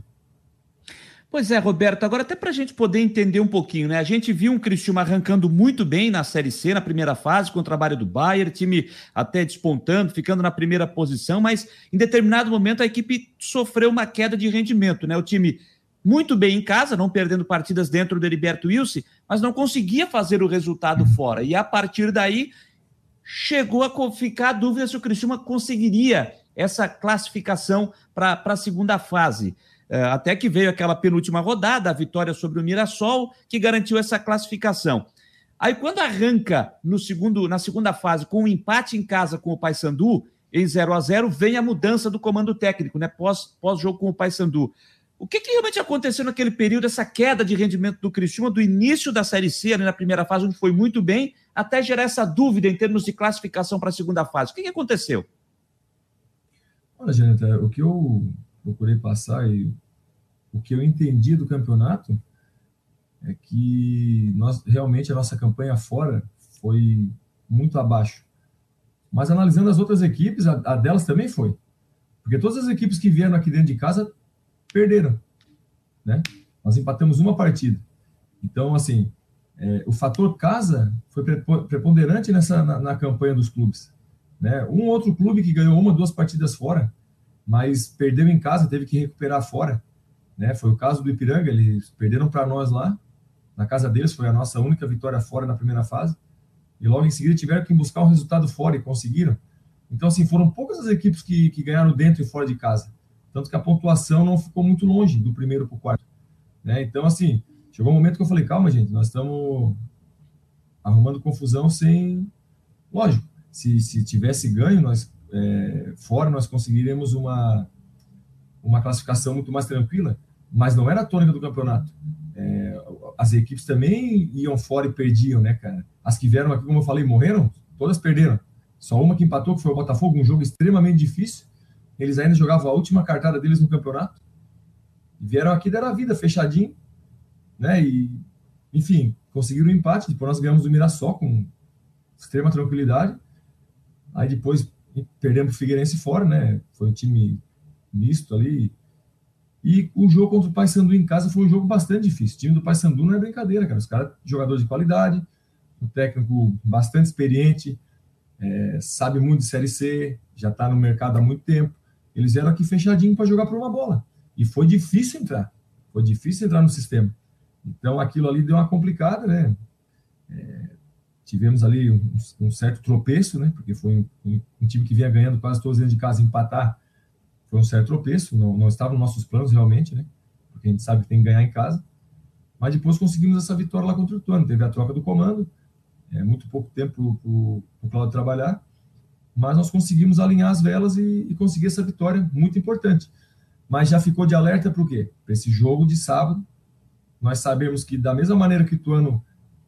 Pois é, Roberto, agora até para a gente poder entender um pouquinho, né? A gente viu um Criciúma arrancando muito bem na Série C, na primeira fase, com o trabalho do Bayern, time até despontando, ficando na primeira posição, mas em determinado momento a equipe sofreu uma queda de rendimento, né? O time muito bem em casa, não perdendo partidas dentro do Heriberto Wilson, mas não conseguia fazer o resultado uhum. fora. E a partir daí, chegou a ficar a dúvida se o Criciúma conseguiria essa classificação para a segunda fase. Uh, até que veio aquela penúltima rodada, a vitória sobre o Mirassol, que garantiu essa classificação. Aí quando arranca no segundo, na segunda fase com um empate em casa com o Paysandu, em zero a zero, vem a mudança do comando técnico, né, pós, pós-jogo com o Paysandu. O que, que realmente aconteceu naquele período, essa queda de rendimento do Criciúma, do início da Série C, ali na primeira fase, onde foi muito bem, até gerar essa dúvida em termos de classificação para a segunda fase? O que, que aconteceu? Olha, Janeta, o que eu procurei passar e o que eu entendi do campeonato é que nós, realmente a nossa campanha fora foi muito abaixo. Mas analisando as outras equipes, a, a delas também foi. Porque todas as equipes que vieram aqui dentro de casa perderam, né? Nós empatamos uma partida. Então, assim, é, o fator casa foi preponderante nessa, na, na campanha dos clubes, né? Um outro clube que ganhou uma, duas partidas fora, mas perdeu em casa, teve que recuperar fora, né? Foi o caso do Ipiranga, eles perderam para nós lá, na casa deles, foi a nossa única vitória fora na primeira fase, e logo em seguida tiveram que buscar um resultado fora e conseguiram. Então, assim, foram poucas as equipes que, que ganharam dentro e fora de casa, tanto que a pontuação não ficou muito longe do primeiro para o quarto, né? Então, assim, chegou um momento que eu falei, calma, gente, nós estamos arrumando confusão sem... Lógico, se, se tivesse ganho, nós, é, fora nós conseguiríamos uma, uma classificação muito mais tranquila, mas não era a tônica do campeonato. É, as equipes também iam fora e perdiam, né, cara? As que vieram aqui, como eu falei, morreram, todas perderam. Só uma que empatou, que foi o Botafogo, um jogo extremamente difícil. Eles ainda jogavam a última cartada deles no campeonato. E vieram aqui, deram a vida, fechadinho, né? E, enfim, conseguiram o empate. Depois nós ganhamos o Mirassol com extrema tranquilidade. Aí depois perdemos o Figueirense fora, né? Foi um time misto ali. E o jogo contra o Paysandu em casa foi um jogo bastante difícil. O time do Paysandu não é brincadeira, cara. Os caras, jogadores de qualidade, um técnico bastante experiente, é, sabe muito de Série C, já está no mercado há muito tempo. Eles vieram aqui fechadinho para jogar por uma bola. E foi difícil entrar. Foi difícil entrar no sistema. Então, aquilo ali deu uma complicada, né? É, tivemos ali um, um certo tropeço, né? Porque foi um, um time que vinha ganhando quase todos dentro de casa, empatar. Foi um certo tropeço, não, não estava nos nossos planos realmente, né? Porque a gente sabe que tem que ganhar em casa. Mas depois conseguimos essa vitória lá contra o Ituano. Teve a troca do comando, é, muito pouco tempo para o Cláudio trabalhar, mas nós conseguimos alinhar as velas e, e conseguir essa vitória muito importante. Mas já ficou de alerta para o quê? Para esse jogo de sábado. Nós sabemos que, da mesma maneira que o Ituano,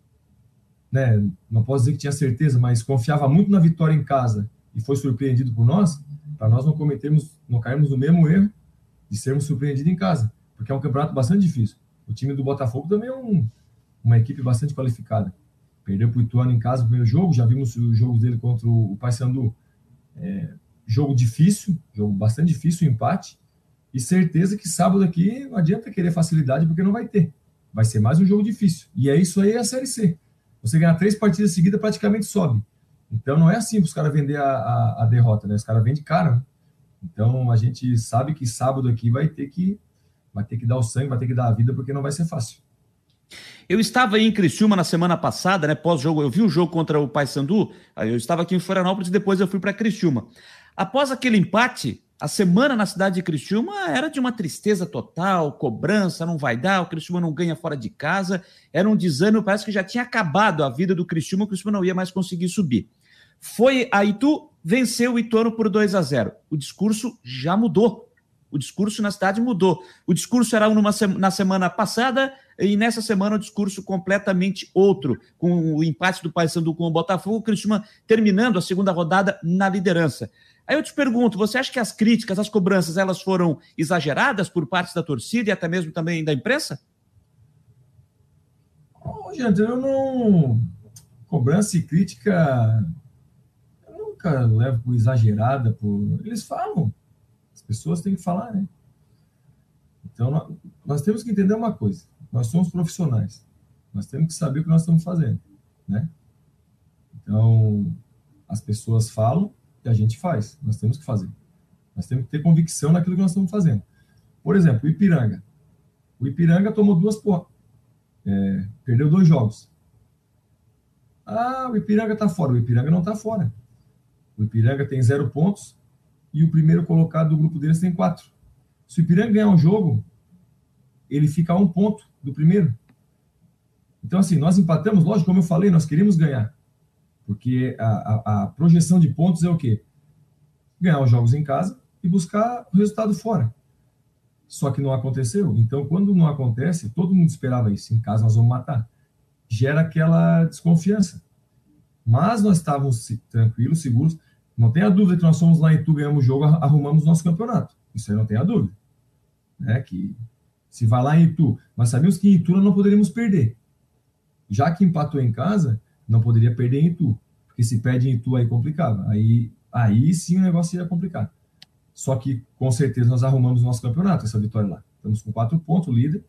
né, não posso dizer que tinha certeza, mas confiava muito na vitória em casa e foi surpreendido por nós, para nós não cometermos, não cairmos no mesmo erro de sermos surpreendidos em casa, porque é um campeonato bastante difícil. O time do Botafogo também é um, uma equipe bastante qualificada. Perdeu para o Ituano em casa no primeiro jogo, já vimos o jogo dele contra o Paysandu. É, jogo difícil, jogo bastante difícil, empate, e certeza que sábado aqui não adianta querer facilidade, porque não vai ter. Vai ser mais um jogo difícil. E é isso aí, a Série C. Você ganhar três partidas seguidas, praticamente sobe. Então não é assim para os caras vender a, a, a derrota, né? Os caras vendem caro, né? Então a gente sabe que sábado aqui vai ter que vai ter que dar o sangue, vai ter que dar a vida, porque não vai ser fácil. Eu estava aí em Criciúma na semana passada, né, pós-jogo, eu vi o jogo contra o Paysandu, aí eu estava aqui em Florianópolis e depois eu fui para Criciúma. Após aquele empate, a semana na cidade de Criciúma era de uma tristeza total, cobrança, não vai dar, o Criciúma não ganha fora de casa, era um desânimo, parece que já tinha acabado a vida do Criciúma, o Criciúma não ia mais conseguir subir. Foi a Itu, venceu o Ituano por dois a zero. O discurso já mudou. O discurso na cidade mudou. O discurso era um numa, na semana passada e nessa semana o discurso completamente outro, com o empate do Paysandu com o Botafogo, o Criciúma terminando a segunda rodada na liderança. Aí eu te pergunto, você acha que as críticas, as cobranças, elas foram exageradas por parte da torcida e até mesmo também da imprensa? Oh, gente, eu não... Cobrança e crítica eu nunca levo por exagerada, por... Eles falam. As pessoas têm que falar, né? Então, nós temos que entender uma coisa. Nós somos profissionais. Nós temos que saber o que nós estamos fazendo, né? Então, as pessoas falam e a gente faz. Nós temos que fazer. Nós temos que ter convicção naquilo que nós estamos fazendo. Por exemplo, o Ipiranga. O Ipiranga tomou duas porras. É, perdeu dois jogos. Ah, o Ipiranga tá fora. O Ipiranga não tá fora. O Ipiranga tem zero pontos e o primeiro colocado do grupo deles tem quatro. Se o Ipiranga ganhar um jogo, ele fica a um ponto do primeiro. Então, assim, nós empatamos, lógico, como eu falei, nós queríamos ganhar. Porque a, a, a projeção de pontos é o quê? Ganhar os jogos em casa e buscar o resultado fora. Só que não aconteceu. Então, quando não acontece, todo mundo esperava isso. Em casa nós vamos matar. Gera aquela desconfiança. Mas nós estávamos tranquilos, seguros. Não tenha dúvida que nós fomos lá em Itu, ganhamos o jogo, arrumamos nosso campeonato. Isso aí não tenha dúvida. Né? Que se vai lá em Itu, nós sabíamos que em Itu nós não poderíamos perder. Já que empatou em casa, não poderia perder em Itu. Porque se perde em Itu, aí complicava. Aí, aí sim o negócio ia complicar. Só que, com certeza, nós arrumamos o nosso campeonato, essa vitória lá. Estamos com quatro pontos, líder.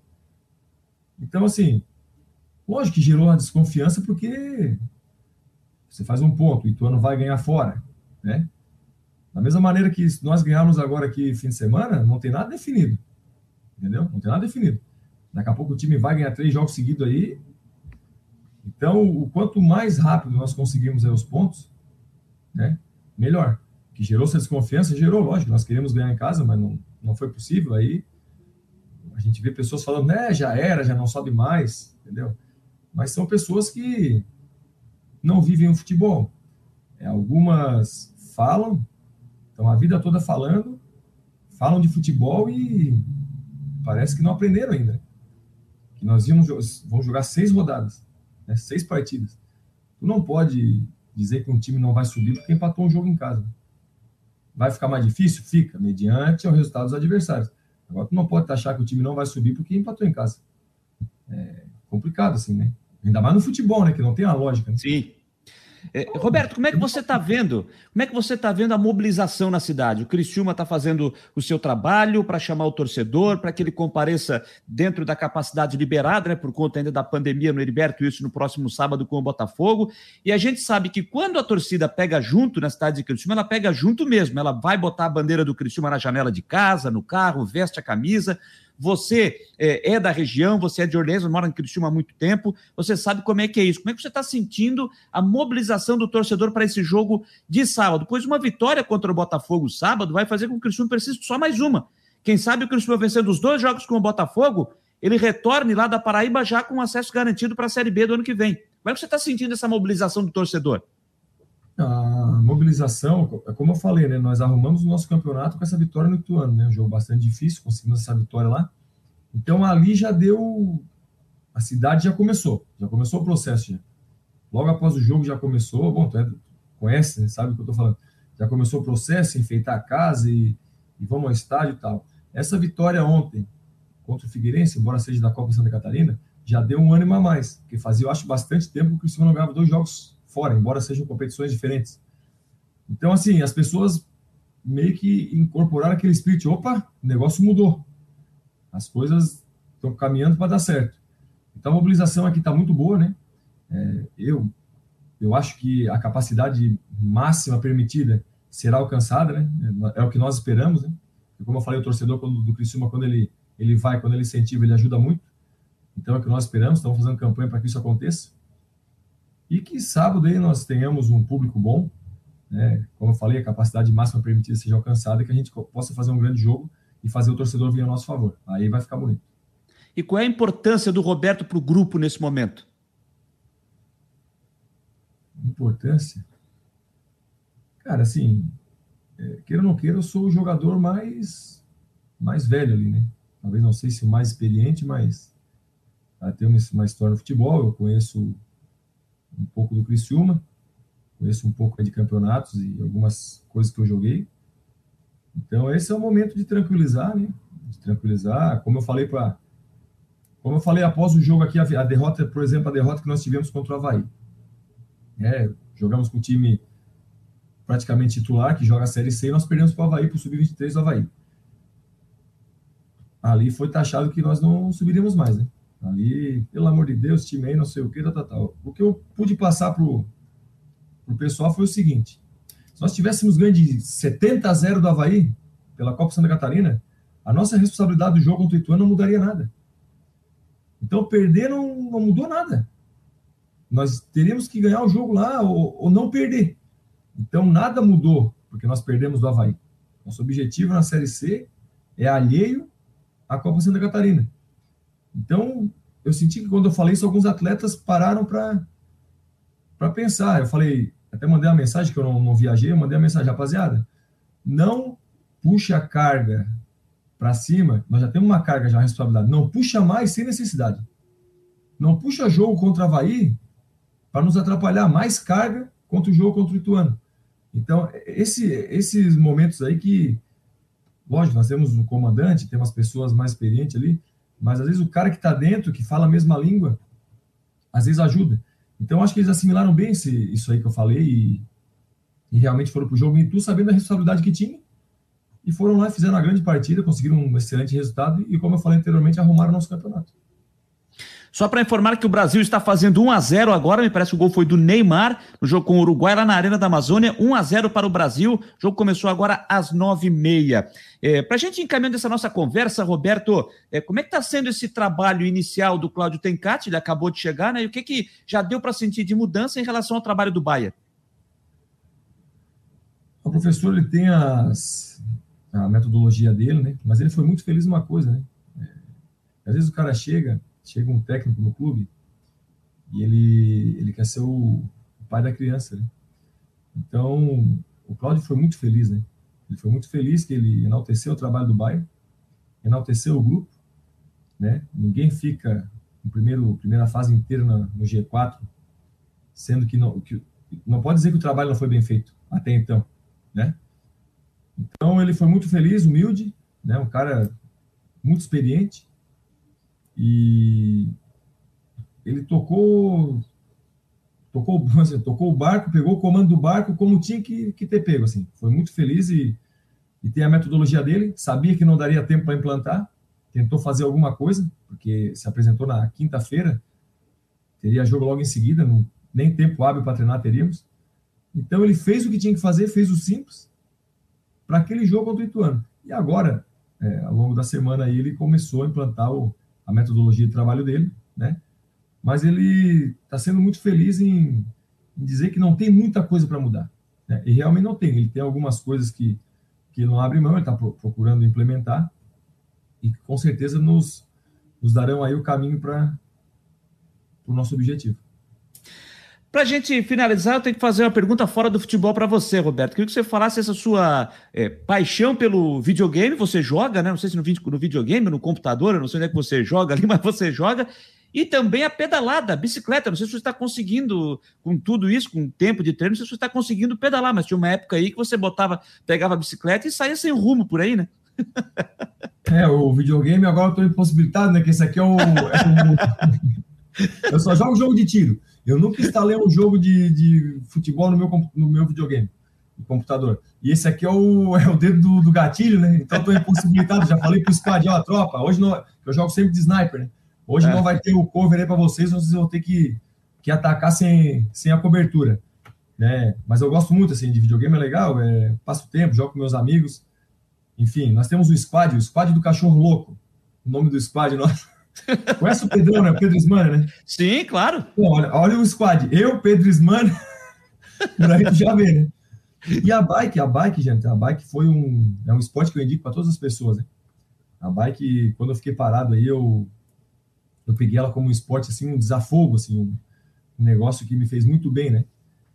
Então, assim, lógico que gerou uma desconfiança, porque você faz um ponto, o Ituano vai ganhar fora, né? Da mesma maneira que nós ganhamos agora aqui fim de semana, não tem nada definido. Entendeu? Não tem nada definido. Daqui a pouco o time vai ganhar três jogos seguidos aí. Então, o quanto mais rápido nós conseguirmos aí os pontos, né, melhor. Que gerou essa desconfiança, gerou, lógico, nós queríamos ganhar em casa, mas não, não foi possível. Aí a gente vê pessoas falando, né, já era, já não sobe mais, entendeu? Mas são pessoas que não vivem o futebol. É, algumas falam, estão a vida toda falando, falam de futebol e parece que não aprenderam ainda. Que nós íamos, vamos jogar seis rodadas, né, seis partidas. Tu não pode dizer que um time não vai subir porque empatou um jogo em casa. Vai ficar mais difícil? Fica, mediante o resultado dos adversários. Agora, tu não pode achar que o time não vai subir porque empatou em casa. É complicado, assim, né? Ainda mais no futebol, né? Que não tem a lógica. Né? Sim. É, Roberto, como é que você está vendo? Como é que você está vendo a mobilização na cidade? O Criciúma está fazendo o seu trabalho para chamar o torcedor, para que ele compareça dentro da capacidade liberada, né, por conta ainda da pandemia no Heriberto, isso no próximo sábado com o Botafogo. E a gente sabe que quando a torcida pega junto na cidade de Criciúma, ela pega junto mesmo. Ela vai botar a bandeira do Criciúma na janela de casa, no carro, veste a camisa. Você é, é da região, você é de Orleans, mora em Criciúma há muito tempo, você sabe como é que é isso. Como é que você está sentindo a mobilização do torcedor para esse jogo de sábado? Pois uma vitória contra o Botafogo sábado vai fazer com que o Criciúma precise só mais uma. Quem sabe o Criciúma vencendo os dois jogos com o Botafogo, ele retorne lá da Paraíba já com acesso garantido para a Série B do ano que vem. Como é que você está sentindo essa mobilização do torcedor? A mobilização, como eu falei, né, nós arrumamos o nosso campeonato com essa vitória no Ituano, né, um jogo bastante difícil, conseguimos essa vitória lá. Então ali já deu, a cidade já começou, já começou o processo. Já. Logo após o jogo já começou, bom, tu é, conhece, né, sabe o que eu estou falando, já começou o processo, enfeitar a casa e, e vamos ao estádio e tal. Essa vitória ontem contra o Figueirense, embora seja da Copa Santa Catarina, já deu um ânimo a mais, porque fazia, eu acho, bastante tempo que o Criciúma não ganhava dois jogos fora, embora sejam competições diferentes. Então, assim, as pessoas meio que incorporaram aquele espírito, opa, o negócio mudou. As coisas estão caminhando para dar certo. Então, a mobilização aqui está muito boa, né? É, eu, eu acho que a capacidade máxima permitida será alcançada, né? É o que nós esperamos, né? E como eu falei, o torcedor quando, do Criciúma, quando ele, ele vai, quando ele incentiva, ele ajuda muito. Então, é o que nós esperamos, estamos fazendo campanha para que isso aconteça. E que sábado aí nós tenhamos um público bom, né? Como eu falei, a capacidade máxima permitida seja alcançada, que a gente possa fazer um grande jogo e fazer o torcedor vir a nosso favor. Aí vai ficar bonito. E qual é a importância do Roberto para o grupo nesse momento? Importância? Cara, assim, é, queira ou não queira, eu sou o jogador mais, mais velho ali, né? Talvez não sei se o mais experiente, mas ah, tem uma, uma história no futebol, eu conheço um pouco do Criciúma, conheço um pouco de campeonatos e algumas coisas que eu joguei. Então esse é o momento de tranquilizar, né? De tranquilizar, como eu falei para, como eu falei após o jogo aqui, a, a derrota, por exemplo, a derrota que nós tivemos contra o Avaí. É, jogamos com o time praticamente titular, que joga a Série C, e nós perdemos para o Avaí, para o sub vinte e três do Avaí. Ali foi taxado que nós não subiríamos mais, né? Ali, pelo amor de Deus, time aí, não sei o que, tal, tal, tal. O que eu pude passar pro, pro pessoal foi o seguinte: se nós tivéssemos ganho de setenta a zero do Avaí, pela Copa Santa Catarina, a nossa responsabilidade do jogo contra o Ituano não mudaria nada. Então, perder não, não mudou nada. Nós teríamos que ganhar o jogo lá ou, ou não perder. Então, nada mudou, porque nós perdemos do Avaí. Nosso objetivo na Série C é alheio à Copa Santa Catarina. Então, eu senti que quando eu falei isso, alguns atletas pararam para para pensar. Eu falei, até mandei uma mensagem, que eu não, não viajei, eu mandei uma mensagem, rapaziada, não puxe a carga para cima, nós já temos uma carga, já, uma responsabilidade, não puxa mais sem necessidade. Não puxa jogo contra o Avaí para nos atrapalhar, mais carga contra o jogo contra o Ituano. Então, esse, esses momentos aí que, lógico, nós temos o comandante, temos as pessoas mais experientes ali, mas às vezes o cara que está dentro, que fala a mesma língua, às vezes ajuda. Então, acho que eles assimilaram bem esse, isso aí que eu falei e, e realmente foram para o jogo em Itu, sabendo a responsabilidade que tinha, e foram lá, fizeram uma grande partida, conseguiram um excelente resultado e, como eu falei anteriormente, arrumaram nosso campeonato. Só para informar que o Brasil está fazendo um a zero agora, me parece que o gol foi do Neymar, no jogo com o Uruguai, lá na Arena da Amazônia, um a zero para o Brasil, o jogo começou agora às nove e meia. É, para a gente encaminhando essa nossa conversa, Roberto, é, como é que está sendo esse trabalho inicial do Cláudio Tencati? Ele acabou de chegar, né? E o que, que já deu para sentir de mudança em relação ao trabalho do Baia? O professor, ele tem as, a metodologia dele, né? Mas ele foi muito feliz numa coisa, né? É, às vezes o cara chega... Chega um técnico no clube e ele, ele quer ser o, o pai da criança, né? Então, o Cláudio foi muito feliz, né? Ele foi muito feliz que ele enalteceu o trabalho do Baia, enalteceu o grupo, né? Ninguém fica no primeiro, primeira fase inteira na, no G quatro, sendo que não, que não pode dizer que o trabalho não foi bem feito até então, né? Então, ele foi muito feliz, humilde, né? Um cara muito experiente. E ele tocou, tocou, assim, tocou o barco, pegou o comando do barco como tinha que, que ter pego. Assim. Foi muito feliz e, e tem a metodologia dele. Sabia que não daria tempo para implantar, tentou fazer alguma coisa, porque se apresentou na quinta-feira, teria jogo logo em seguida, não, nem tempo hábil para treinar teríamos. Então ele fez o que tinha que fazer, fez o simples para aquele jogo contra o Ituano. E agora, é, ao longo da semana, aí, ele começou a implantar o a metodologia de trabalho dele, né? Mas ele está sendo muito feliz em, em dizer que não tem muita coisa para mudar, né? E realmente não tem. Ele tem algumas coisas que, que ele não abre mão, ele está pro, procurando implementar e que com certeza nos, nos darão aí o caminho para o nosso objetivo. Para a gente finalizar, eu tenho que fazer uma pergunta fora do futebol para você, Roberto. Queria que você falasse essa sua é, paixão pelo videogame. Você joga, né? Não sei se no, no videogame, no computador, eu não sei onde é que você joga ali, mas você joga. E também a pedalada, a bicicleta. Não sei se você está conseguindo, com tudo isso, com tempo de treino, não sei se você está conseguindo pedalar, mas tinha uma época aí que você botava, pegava a bicicleta e saía sem rumo por aí, né? É, o videogame agora eu estou impossibilitado, né? Que esse aqui é o... É o... Eu só jogo jogo de tiro. Eu nunca instalei um jogo de, de futebol no meu, no meu videogame, no computador. E esse aqui é o, é o dedo do, do gatilho, né? Então estou impossibilitado. Já falei pro squad, ó, tropa, hoje não, eu jogo sempre de sniper, né? Hoje é. Não vai ter o cover aí para vocês, vocês vão ter que, que atacar sem, sem a cobertura, né? Mas eu gosto muito, assim, de videogame, é legal, é, passo tempo, jogo com meus amigos. Enfim, nós temos o squad, o squad do cachorro louco. O nome do squad nosso. Conhece o Pedrão, né? O Pedro Ismana, né? Sim, claro. Pô, olha, olha o squad. Eu, Pedro Ismana, por aí tu já vê, né? E a bike, a bike, gente, a bike foi um, é um esporte que eu indico para todas as pessoas, né? A bike, quando eu fiquei parado aí, eu, eu peguei ela como um esporte, assim, um desafogo, assim, um, um negócio que me fez muito bem, né?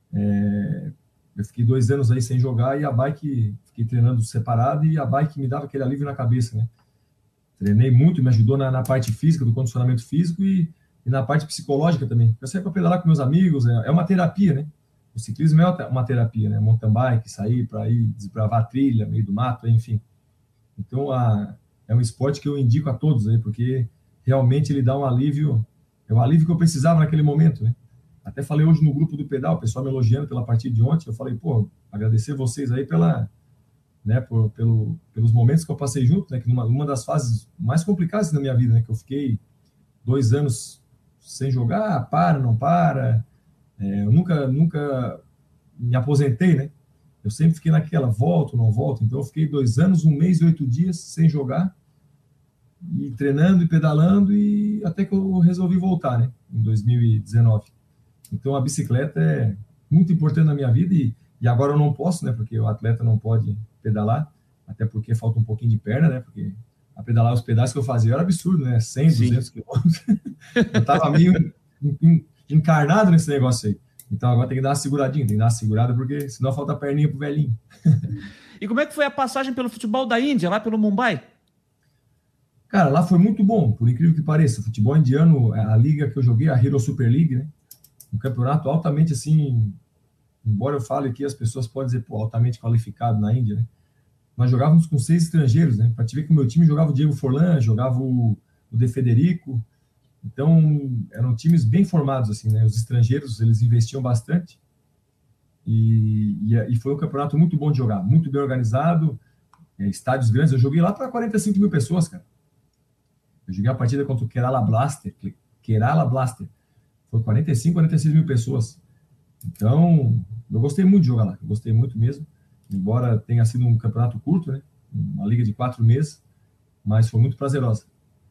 É, eu fiquei dois anos aí sem jogar e a bike, fiquei treinando separado e a bike me dava aquele alívio na cabeça, né? Treinei muito, me ajudou na, na parte física, do condicionamento físico e, e na parte psicológica também. Eu saí para pedalar com meus amigos, é, é uma terapia, né? O ciclismo é uma terapia, né? Mountain bike, sair para ir desbravar a trilha, meio do mato, enfim. Então, a, é um esporte que eu indico a todos aí, porque realmente ele dá um alívio, é o alívio que eu precisava naquele momento, né? Até falei hoje no grupo do pedal, o pessoal me elogiando pela partida de ontem, eu falei, pô, agradecer vocês aí pela... Né, por, pelo, pelos momentos que eu passei junto, né, que numa, numa das fases mais complicadas da minha vida, né, que eu fiquei dois anos sem jogar, para, não para, é, eu nunca, nunca me aposentei, né, eu sempre fiquei naquela, volto, não volto, então eu fiquei dois anos, um mês e oito dias sem jogar, e treinando e pedalando, e até que eu resolvi voltar, né, em dois mil e dezenove. Então a bicicleta é muito importante na minha vida, e, e agora eu não posso, né, porque o atleta não pode pedalar, até porque falta um pouquinho de perna, né, porque a pedalar os pedaços que eu fazia era absurdo, né, cem, duzentos quilômetros. Eu tava meio encarnado nesse negócio aí. Então agora tem que dar uma seguradinha, tem que dar uma segurada, porque senão falta perninha pro velhinho. E como é que foi a passagem pelo futebol da Índia, lá pelo Mumbai? Cara, lá foi muito bom, por incrível que pareça. O futebol indiano, a liga que eu joguei, a Hero Super League, né? Um campeonato altamente, assim, embora eu fale que as pessoas podem dizer, pô, altamente qualificado na Índia, né? Nós jogávamos com seis estrangeiros, né? Pra te ver que o meu time jogava o Diego Forlan, jogava o, o De Federico. Então, eram times bem formados, assim, né? Os estrangeiros, eles investiam bastante. E, e, e foi um campeonato muito bom de jogar, muito bem organizado, é, estádios grandes. Eu joguei lá para quarenta e cinco mil pessoas, cara. Eu joguei a partida contra o Kerala Blaster. Kerala Blaster. Foi quarenta e cinco, quarenta e seis mil pessoas. Então, eu gostei muito de jogar lá. Eu gostei muito mesmo. Embora tenha sido um campeonato curto, né? Uma liga de quatro meses. Mas foi muito prazerosa.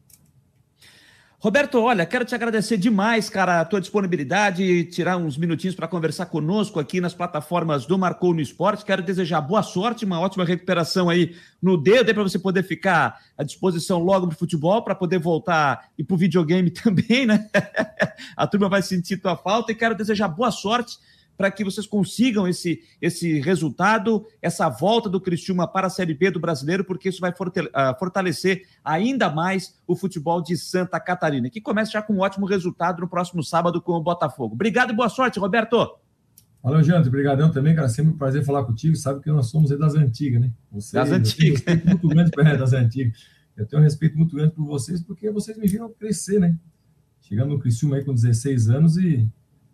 Roberto, olha, quero te agradecer demais, cara, a tua disponibilidade, tirar uns minutinhos para conversar conosco aqui nas plataformas do Marcou no Esporte. Quero desejar boa sorte, uma ótima recuperação aí no dedo, aí para você poder ficar à disposição logo pro futebol, para poder voltar e pro videogame também, né? A turma vai sentir tua falta, e quero desejar boa sorte para que vocês consigam esse, esse resultado, essa volta do Criciúma para a Série B do Brasileiro, porque isso vai fortalecer ainda mais o futebol de Santa Catarina, que começa já com um ótimo resultado no próximo sábado com o Botafogo. Obrigado e boa sorte, Roberto. Valeu, Janto. Obrigadão também, cara. Sempre um prazer falar contigo. Sabe que nós somos das antigas, né? Você, das antigas. Eu tenho um respeito muito grande para das antigas. Eu tenho um respeito muito grande por vocês, porque vocês me viram crescer, né? Chegando no Criciúma aí com dezesseis anos e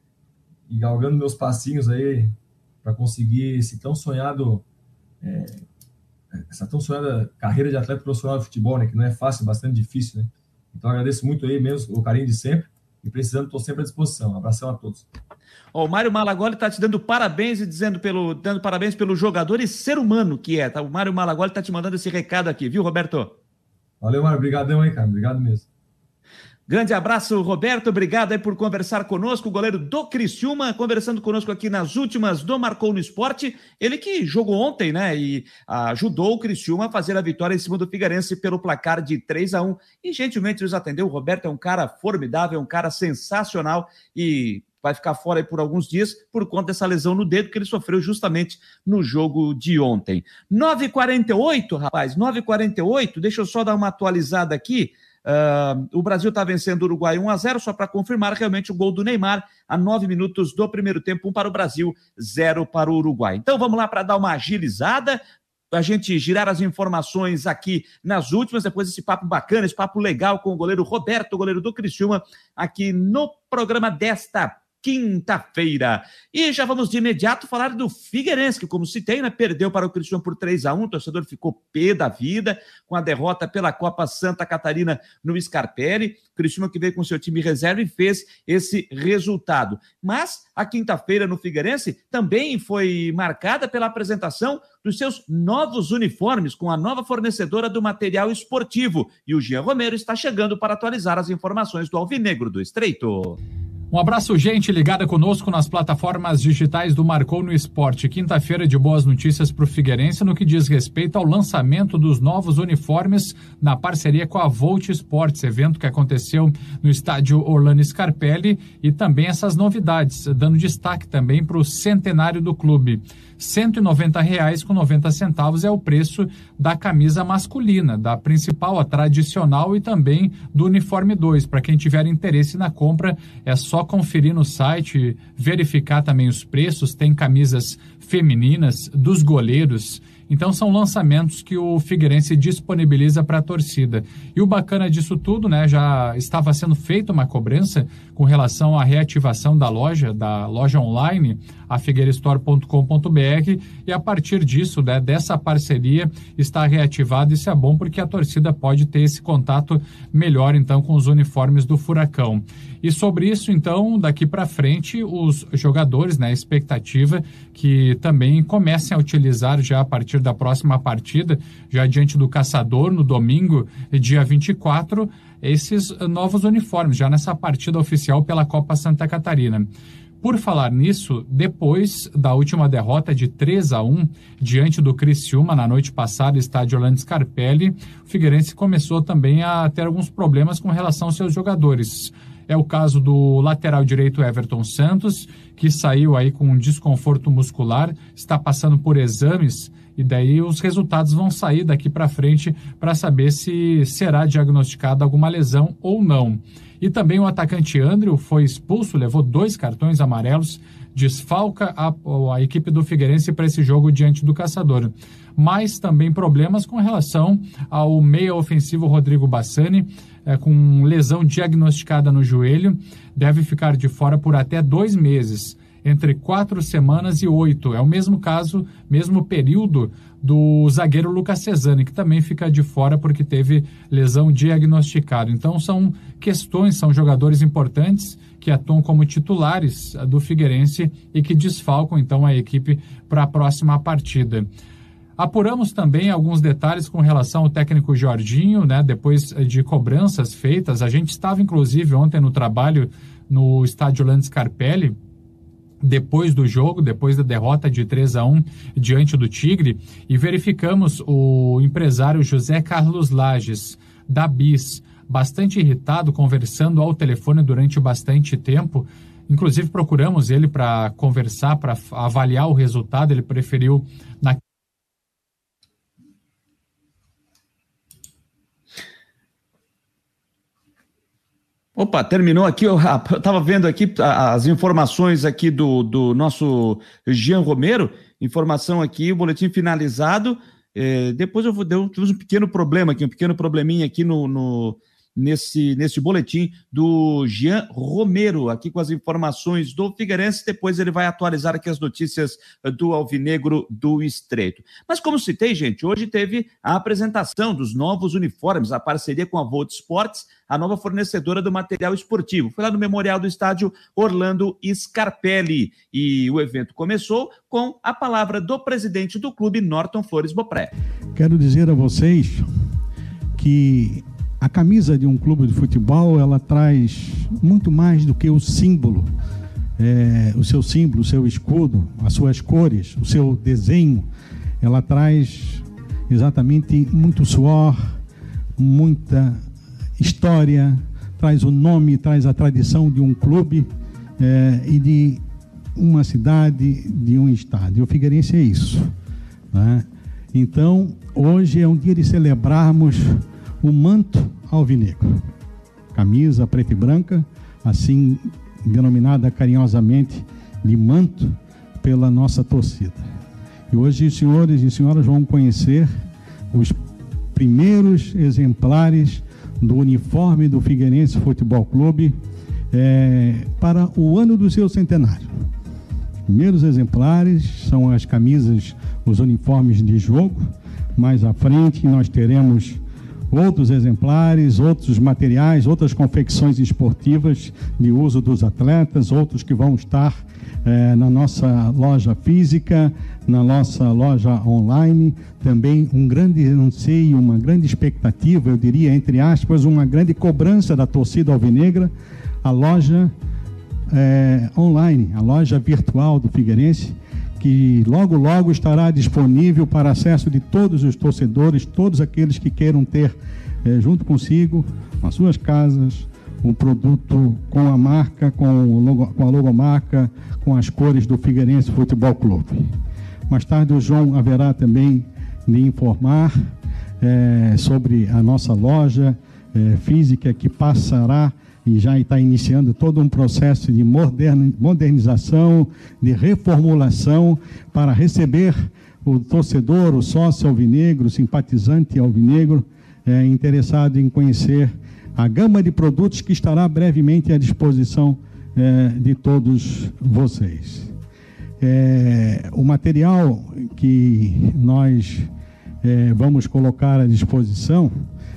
e galgando meus passinhos aí para conseguir esse tão sonhado, é, essa tão sonhada carreira de atleta profissional de futebol, né? Que não é fácil, é bastante difícil, né? Então agradeço muito aí mesmo o carinho de sempre, e precisando, estou sempre à disposição. Um abração a todos. Ó, o Mário Malagoli está te dando parabéns e dizendo pelo, dando parabéns pelo jogador e ser humano que é, tá? O Mário Malagoli está te mandando esse recado aqui, viu, Roberto? Valeu, Mário. Obrigadão aí, cara. Obrigado mesmo. Grande abraço, Roberto, obrigado aí por conversar conosco, o goleiro do Criciúma, conversando conosco aqui nas últimas do Marcou no Esporte, ele que jogou ontem, né, e ajudou o Criciúma a fazer a vitória em cima do Figueirense pelo placar de três a um, e gentilmente nos atendeu. O Roberto é um cara formidável, é um cara sensacional, e vai ficar fora aí por alguns dias por conta dessa lesão no dedo que ele sofreu justamente no jogo de ontem. nove e quarenta e oito, rapaz, nove e quarenta e oito, deixa eu só dar uma atualizada aqui. Uh, o Brasil está vencendo o Uruguai um a zero, só para confirmar realmente o gol do Neymar a nove minutos do primeiro tempo, um para o Brasil, zero para o Uruguai. Então vamos lá para dar uma agilizada, a gente girar as informações aqui nas últimas, depois desse papo bacana, esse papo legal com o goleiro Roberto, o goleiro do Criciúma, aqui no programa desta quinta-feira. E já vamos de imediato falar do Figueirense, que, como citei, né, perdeu para o Criciúma por três a um, o torcedor ficou pé da vida com a derrota pela Copa Santa Catarina no Scarpelli. O Criciúma que veio com seu time reserva e fez esse resultado. Mas a quinta-feira no Figueirense também foi marcada pela apresentação dos seus novos uniformes com a nova fornecedora do material esportivo. E o Jean Romero está chegando para atualizar as informações do Alvinegro do Estreito. Um abraço, gente ligada conosco nas plataformas digitais do Marcou no Esporte. Quinta-feira de boas notícias para o Figueirense no que diz respeito ao lançamento dos novos uniformes na parceria com a Volt Sports, evento que aconteceu no estádio Orlando Scarpelli, e também essas novidades, dando destaque também para o centenário do clube. cento e noventa reais com noventa centavos é o preço da camisa masculina, da principal, a tradicional, e também do uniforme dois. Para quem tiver interesse na compra, é só conferir no site, verificar também os preços. Tem camisas femininas dos goleiros. Então são lançamentos que o Figueirense disponibiliza para a torcida. E o bacana disso tudo, né, já estava sendo feita uma cobrança com relação à reativação da loja, da loja online, a figueirestore ponto com ponto b r, e a partir disso, né, dessa parceria, está reativada. Isso é bom porque a torcida pode ter esse contato melhor, então, com os uniformes do Furacão. E sobre isso, então, daqui para frente, os jogadores, né, a expectativa que também comecem a utilizar já a partir partir da próxima partida, já diante do Caçador, no domingo, dia vinte e quatro, esses novos uniformes, já nessa partida oficial pela Copa Santa Catarina. Por falar nisso, depois da última derrota de três a um diante do Criciúma na noite passada, estádio Orlando Scarpelli, o Figueirense começou também a ter alguns problemas com relação aos seus jogadores. É o caso do lateral direito Everton Santos, que saiu aí com um desconforto muscular, está passando por exames e daí os resultados vão sair daqui para frente para saber se será diagnosticada alguma lesão ou não. E também o atacante Andrew foi expulso, levou dois cartões amarelos, desfalca a, a equipe do Figueirense para esse jogo diante do Caçador. Mas também problemas com relação ao meia ofensivo Rodrigo Bassani, é, com lesão diagnosticada no joelho, deve ficar de fora por até dois meses, entre quatro semanas e oito. É o mesmo caso, mesmo período do zagueiro Lucas Cesani, que também fica de fora porque teve lesão diagnosticada. Então são questões, são jogadores importantes que atuam como titulares do Figueirense e que desfalcam então a equipe para a próxima partida. Apuramos também alguns detalhes com relação ao técnico Jorginho, né? Depois de cobranças feitas, a gente estava inclusive ontem no trabalho no estádio Orlando Scarpelli, depois do jogo, depois da derrota de três a um diante do Tigre, e verificamos o empresário José Carlos Lages, da Bis, bastante irritado, conversando ao telefone durante bastante tempo. Inclusive procuramos ele para conversar, para avaliar o resultado. Ele preferiu na Opa, terminou aqui, eu estava vendo aqui as informações aqui do, do nosso Jean Romero, informação aqui, o boletim finalizado, é, depois eu vou, deu, tivemos um pequeno problema aqui, um pequeno probleminha aqui no, no, nesse, nesse boletim do Jean Romero, aqui com as informações do Figueirense, depois ele vai atualizar aqui as notícias do Alvinegro do Estreito. Mas como citei, gente, hoje teve a apresentação dos novos uniformes, a parceria com a Volt Sports, a nova fornecedora do material esportivo. Foi lá no memorial do estádio Orlando Scarpelli. E o evento começou com a palavra do presidente do clube, Norton Flores Bopré. Quero dizer a vocês que a camisa de um clube de futebol, ela traz muito mais do que o símbolo, é, o seu símbolo, o seu escudo, as suas cores, o seu desenho. Ela traz exatamente muito suor, muita história, traz o nome, traz a tradição de um clube é, e de uma cidade, de um estado. E o Figueirense é isso, né? Então, hoje é um dia de celebrarmos o manto alvinegro. Camisa preta e branca, assim denominada carinhosamente de manto pela nossa torcida. E hoje os senhores e senhoras vão conhecer os primeiros exemplares do uniforme do Figueirense Futebol Clube é, para o ano do seu centenário. Os primeiros exemplares são as camisas, os uniformes de jogo. Mais à frente nós teremos outros exemplares, outros materiais, outras confecções esportivas de uso dos atletas, outros que vão estar é, na nossa loja física, na nossa loja online. Também um grande anseio, uma grande expectativa, eu diria, entre aspas, uma grande cobrança da torcida alvinegra, a loja é, online, a loja virtual do Figueirense, que logo, logo estará disponível para acesso de todos os torcedores, todos aqueles que queiram ter é, junto consigo, nas suas casas, um produto com a marca, com, o logo, com a logomarca, com as cores do Figueirense Futebol Clube. Mais tarde o João haverá também de informar é, sobre a nossa loja é, física, que passará e já está iniciando todo um processo de modernização, de reformulação, para receber o torcedor, o sócio alvinegro, o simpatizante alvinegro, é, interessado em conhecer a gama de produtos que estará brevemente à disposição é, de todos vocês. É, o material que nós é, vamos colocar à disposição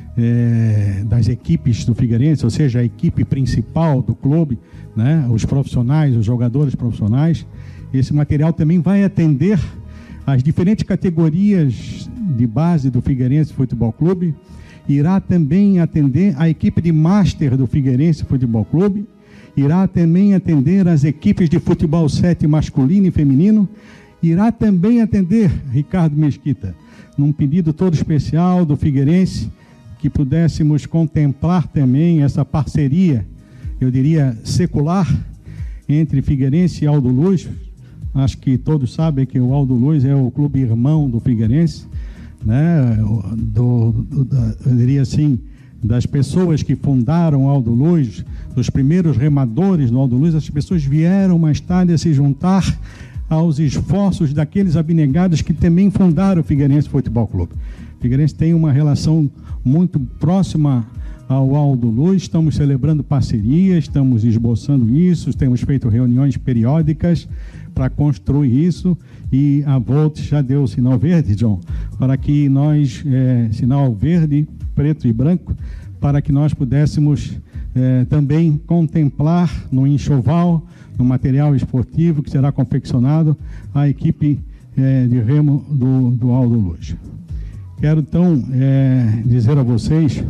É, das equipes do Figueirense, ou seja, a equipe principal do clube, né, os profissionais, os jogadores profissionais, esse material também vai atender as diferentes categorias de base do Figueirense Futebol Clube, irá também atender a equipe de Master do Figueirense Futebol Clube, irá também atender as equipes de futebol sete masculino e feminino, irá também atender, Ricardo Mesquita, num pedido todo especial do Figueirense, que pudéssemos contemplar também essa parceria, eu diria, secular, entre Figueirense e Aldo Luz. Acho que todos sabem que o Aldo Luz é o clube irmão do Figueirense, né? do, do, da, eu diria assim, das pessoas que fundaram o Aldo Luz, dos primeiros remadores do Aldo Luz, as pessoas vieram mais tarde a se juntar aos esforços daqueles abnegados que também fundaram o Figueirense Futebol Clube. O Figueirense tem uma relação muito próxima ao Aldo Luz, estamos celebrando parcerias, estamos esboçando isso, temos feito reuniões periódicas para construir isso, e a Volt já deu o sinal verde, John, para que nós, é, sinal verde, preto e branco, para que nós pudéssemos é, também contemplar no enxoval, no material esportivo que será confeccionado, a equipe é, de remo do, do Aldo Luz. Quero então é, dizer a vocês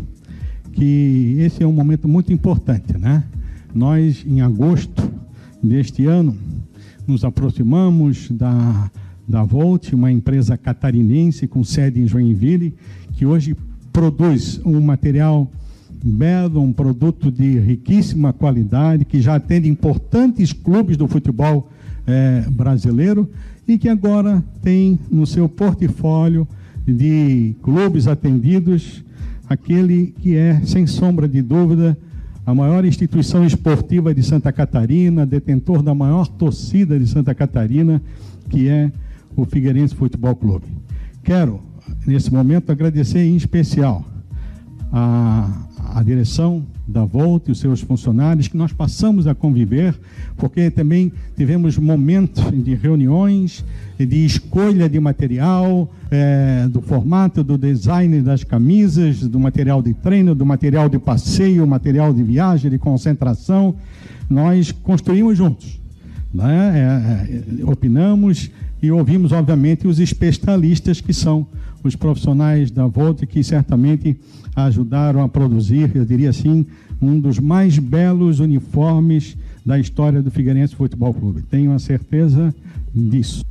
que esse é um momento muito importante, né? Nós, em agosto deste ano, nos aproximamos da, da Volt, uma empresa catarinense com sede em Joinville, que hoje produz um material belo, um produto de riquíssima qualidade, que já atende importantes clubes do futebol eh, brasileiro, e que agora tem no seu portfólio de clubes atendidos aquele que é, sem sombra de dúvida, a maior instituição esportiva de Santa Catarina, detentor da maior torcida de Santa Catarina, que é o Figueirense Futebol Clube. Quero, nesse momento, agradecer em especial a, a direção da Volt e os seus funcionários, que nós passamos a conviver, porque também tivemos momentos de reuniões, de escolha de material, é, do formato, do design das camisas, do material de treino, do material de passeio, material de viagem, de concentração. Nós construímos juntos, né? é, é, opinamos e ouvimos, obviamente, os especialistas, que são os profissionais da Volt, que certamente ajudaram a produzir, eu diria assim, um dos mais belos uniformes da história do Figueirense Futebol Clube. Tenho a certeza disso.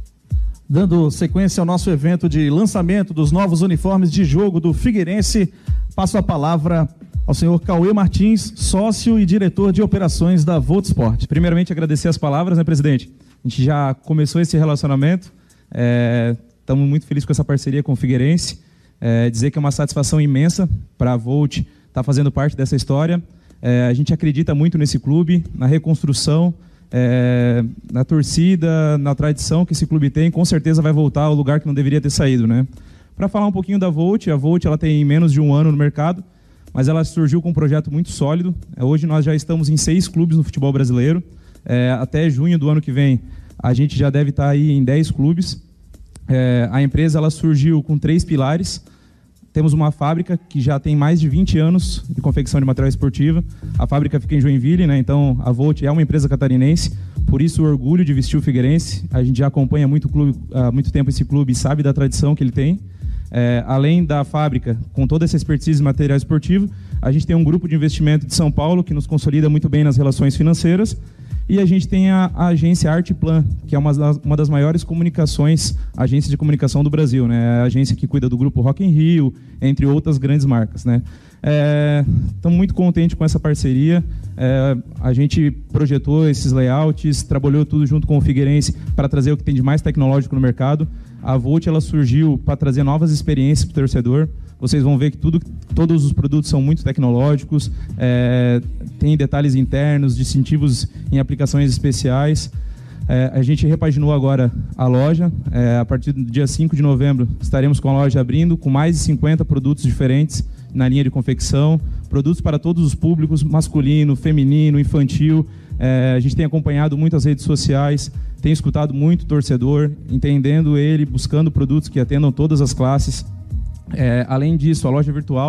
Dando sequência ao nosso evento de lançamento dos novos uniformes de jogo do Figueirense, passo a palavra ao senhor Cauê Martins, sócio e diretor de operações da Volt Sport. Primeiramente, agradecer as palavras, né, presidente? A gente já começou esse relacionamento, estamos é, muito felizes com essa parceria com o Figueirense. É, dizer que é uma satisfação imensa para a Volt estar fazendo parte dessa história. É, a gente acredita muito nesse clube, na reconstrução, é, na torcida, na tradição que esse clube tem. Com certeza vai voltar ao lugar que não deveria ter saído, né? Para falar um pouquinho da Volt, a Volt ela tem menos de um ano no mercado, mas ela surgiu com um projeto muito sólido. É, hoje nós já estamos em seis clubes no futebol brasileiro. É, até junho do ano que vem a gente já deve estar aí em dez clubes. É, a empresa ela surgiu com três pilares. Temos uma fábrica que já tem mais de vinte anos de confecção de material esportivo. A fábrica fica em Joinville, né? Então a Volt é uma empresa catarinense, por isso o orgulho de vestir o Figueirense. A gente já acompanha muito, clube, há muito tempo esse clube e sabe da tradição que ele tem. É, além da fábrica, com toda essa expertise em material esportivo, a gente tem um grupo de investimento de São Paulo que nos consolida muito bem nas relações financeiras. E a gente tem a, a agência Arteplan, que é uma das, uma das maiores comunicações, agências de comunicação do Brasil, né? A agência que cuida do grupo Rock in Rio, entre outras grandes marcas, né? Estamos é, muito contentes com essa parceria. É, a gente projetou esses layouts, trabalhou tudo junto com o Figueirense para trazer o que tem de mais tecnológico no mercado. A Volt ela surgiu para trazer novas experiências para o torcedor. Vocês vão ver que tudo, todos os produtos são muito tecnológicos, é, tem detalhes internos, distintivos em aplicações especiais. É, a gente repaginou agora a loja. É, a partir do dia cinco de novembro estaremos com a loja abrindo, com mais de cinquenta produtos diferentes na linha de confecção, produtos para todos os públicos, masculino, feminino, infantil. É, a gente tem acompanhado muito as redes sociais, tem escutado muito o torcedor, entendendo ele, buscando produtos que atendam todas as classes. É, além disso, a loja virtual,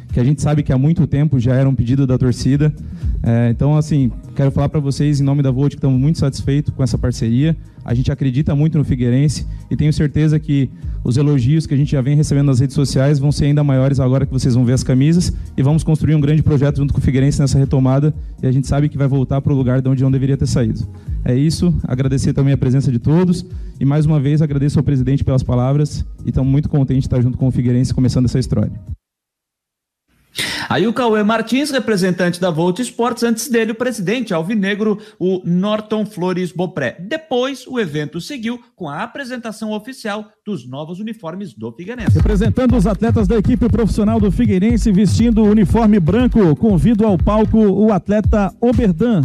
que a gente sabe que há muito tempo já era um pedido da torcida. É, então, assim, quero falar para vocês, em nome da Volt, que estamos muito satisfeitos com essa parceria. A gente acredita muito no Figueirense e tenho certeza que os elogios que a gente já vem recebendo nas redes sociais vão ser ainda maiores agora que vocês vão ver as camisas, e vamos construir um grande projeto junto com o Figueirense nessa retomada, e a gente sabe que vai voltar para o lugar de onde não deveria ter saído. É isso, agradecer também a presença de todos e mais uma vez agradeço ao presidente pelas palavras e estamos muito contentes de estar junto com o Figueirense começando essa história. Aí o Cauê Martins, representante da Volt Sports, antes dele o presidente alvinegro, o Norton Flores Bopré. Depois o evento seguiu com a apresentação oficial dos novos uniformes do Figueirense. Representando os atletas da equipe profissional do Figueirense vestindo o uniforme branco, convido ao palco o atleta Oberdan.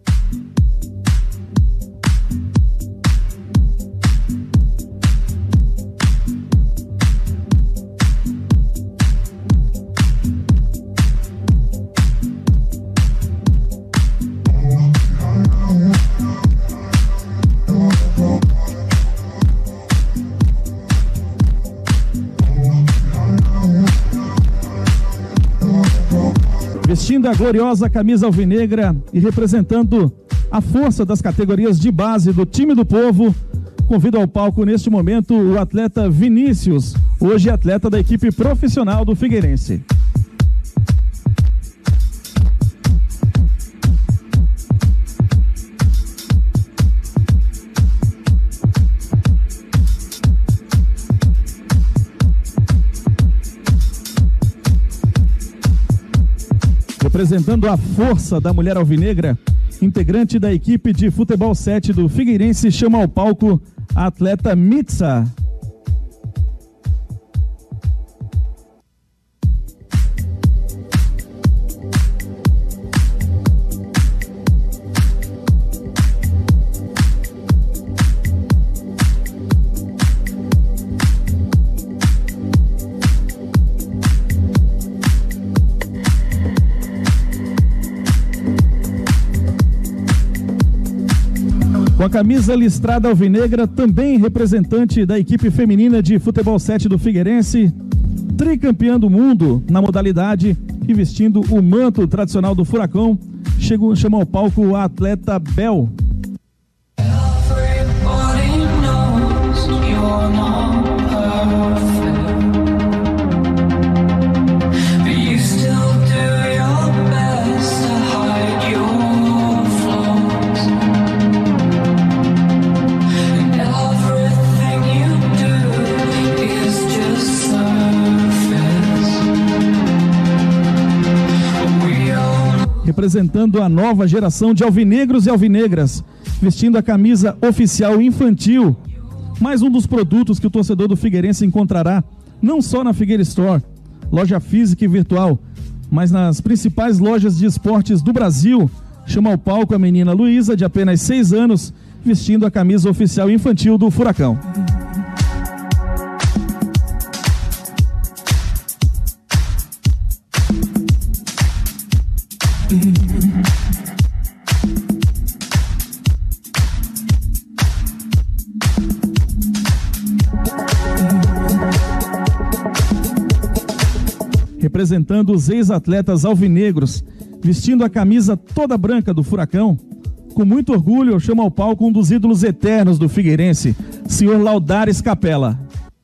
Vestindo a gloriosa camisa alvinegra e representando a força das categorias de base do time do povo, convido ao palco neste momento o atleta Vinícius, hoje atleta da equipe profissional do Figueirense. Representando a força da mulher alvinegra, integrante da equipe de futebol sete do Figueirense, chama ao palco a atleta Mitsa. Com a camisa listrada alvinegra, também representante da equipe feminina de futebol sete do Figueirense, tricampeã do mundo na modalidade e vestindo o manto tradicional do Furacão, chega, chama ao palco a atleta Bel. Representando a nova geração de alvinegros e alvinegras, vestindo a camisa oficial infantil. Mais um dos produtos que o torcedor do Figueirense encontrará, não só na Figueira Store, loja física e virtual, mas nas principais lojas de esportes do Brasil. Chama ao palco a menina Luísa, de apenas seis anos, vestindo a camisa oficial infantil do Furacão. Representando os ex-atletas alvinegros, vestindo a camisa toda branca do Furacão, com muito orgulho, eu chamo ao palco um dos ídolos eternos do Figueirense, senhor Laudares Capela.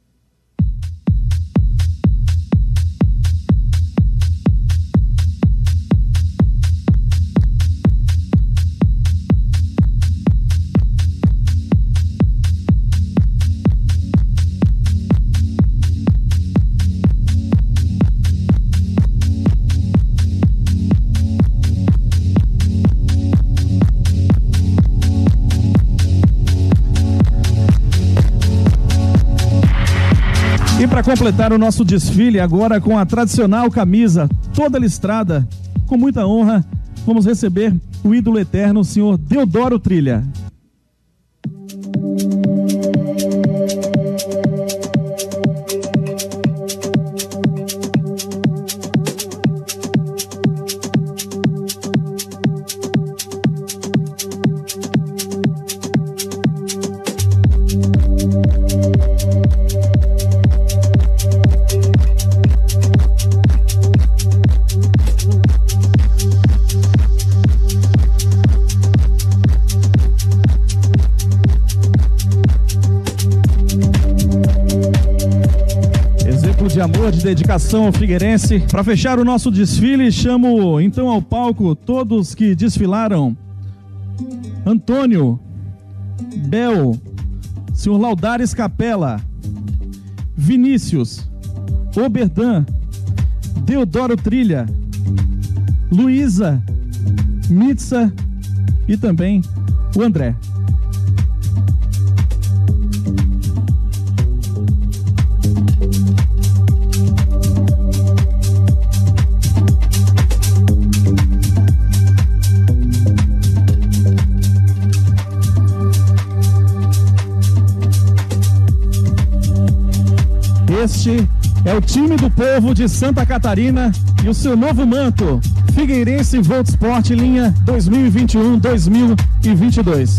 Para completar o nosso desfile, agora com a tradicional camisa toda listrada, com muita honra, vamos receber o ídolo eterno, o senhor Deodoro Trilha. amor, de dedicação ao Figueirense. Para fechar o nosso desfile, chamo então ao palco todos que desfilaram: Antônio, Bel, senhor Laudares Capela, Vinícius, Oberdan, Deodoro Trilha, Luísa, Mitsa e também o André. Este é o time do povo de Santa Catarina e o seu novo manto, Figueirense Voltsport linha dois mil e vinte e um dois mil e vinte e dois.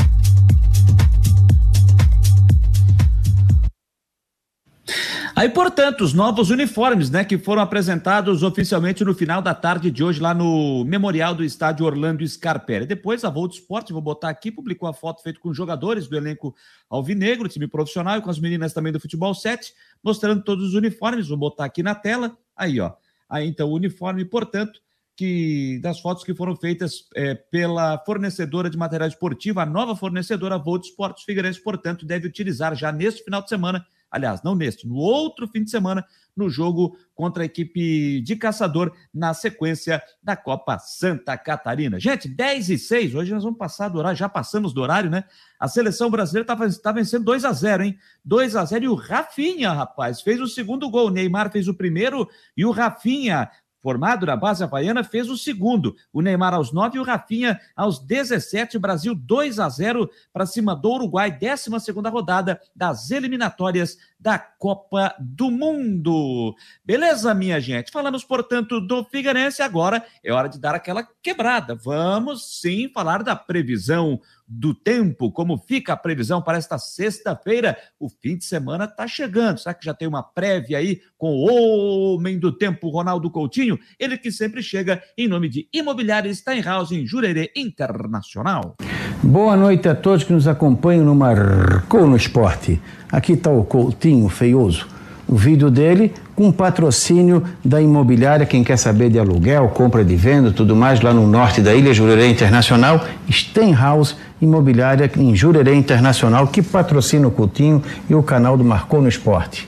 Aí, portanto, os novos uniformes, né, que foram apresentados oficialmente no final da tarde de hoje lá no memorial do estádio Orlando Scarpelli. Depois a Voltsport, vou botar aqui, publicou a foto feita com jogadores do elenco alvinegro, time profissional, e com as meninas também do Futebol sete, mostrando todos os uniformes. Vou botar aqui na tela. Aí, ó. Aí, então, o uniforme, portanto, que das fotos que foram feitas é, pela fornecedora de material esportivo, a nova fornecedora Voltsport. Os Figueirense, portanto, deve utilizar já neste final de semana, aliás, não neste, no outro fim de semana, no jogo contra a equipe de Caçador, na sequência da Copa Santa Catarina. Gente, dez e seis, hoje nós vamos passar do horário, já passamos do horário, né? A seleção brasileira está tá vencendo dois a zero, hein? dois a zero, e o Rafinha, rapaz, fez o segundo gol. O Neymar fez o primeiro e o Rafinha, formado na base havaiana, fez o segundo. O Neymar aos nove e o Rafinha aos dezessete. O Brasil dois a zero para cima do Uruguai, décima segunda rodada das eliminatórias da Copa do Mundo. Beleza, minha gente? Falamos, portanto, do Figueirense. Agora é hora de dar aquela quebrada. Vamos, sim, falar da previsão do tempo. Como fica a previsão para esta sexta-feira? O fim de semana está chegando. Será que já tem uma prévia aí com o homem do tempo, Ronaldo Coutinho? Ele que sempre chega em nome de Imobiliária Steinhaus, em Jurerê Internacional. Boa noite a todos que nos acompanham no Marcou no Esporte. Aqui está o Coutinho Feioso. O vídeo dele com patrocínio da imobiliária. Quem quer saber de aluguel, compra de venda, tudo mais, lá no norte da ilha, Jurerê Internacional, Steinhaus Imobiliária em Jurerê Internacional, que patrocina o Coutinho e o canal do Marcou no Esporte.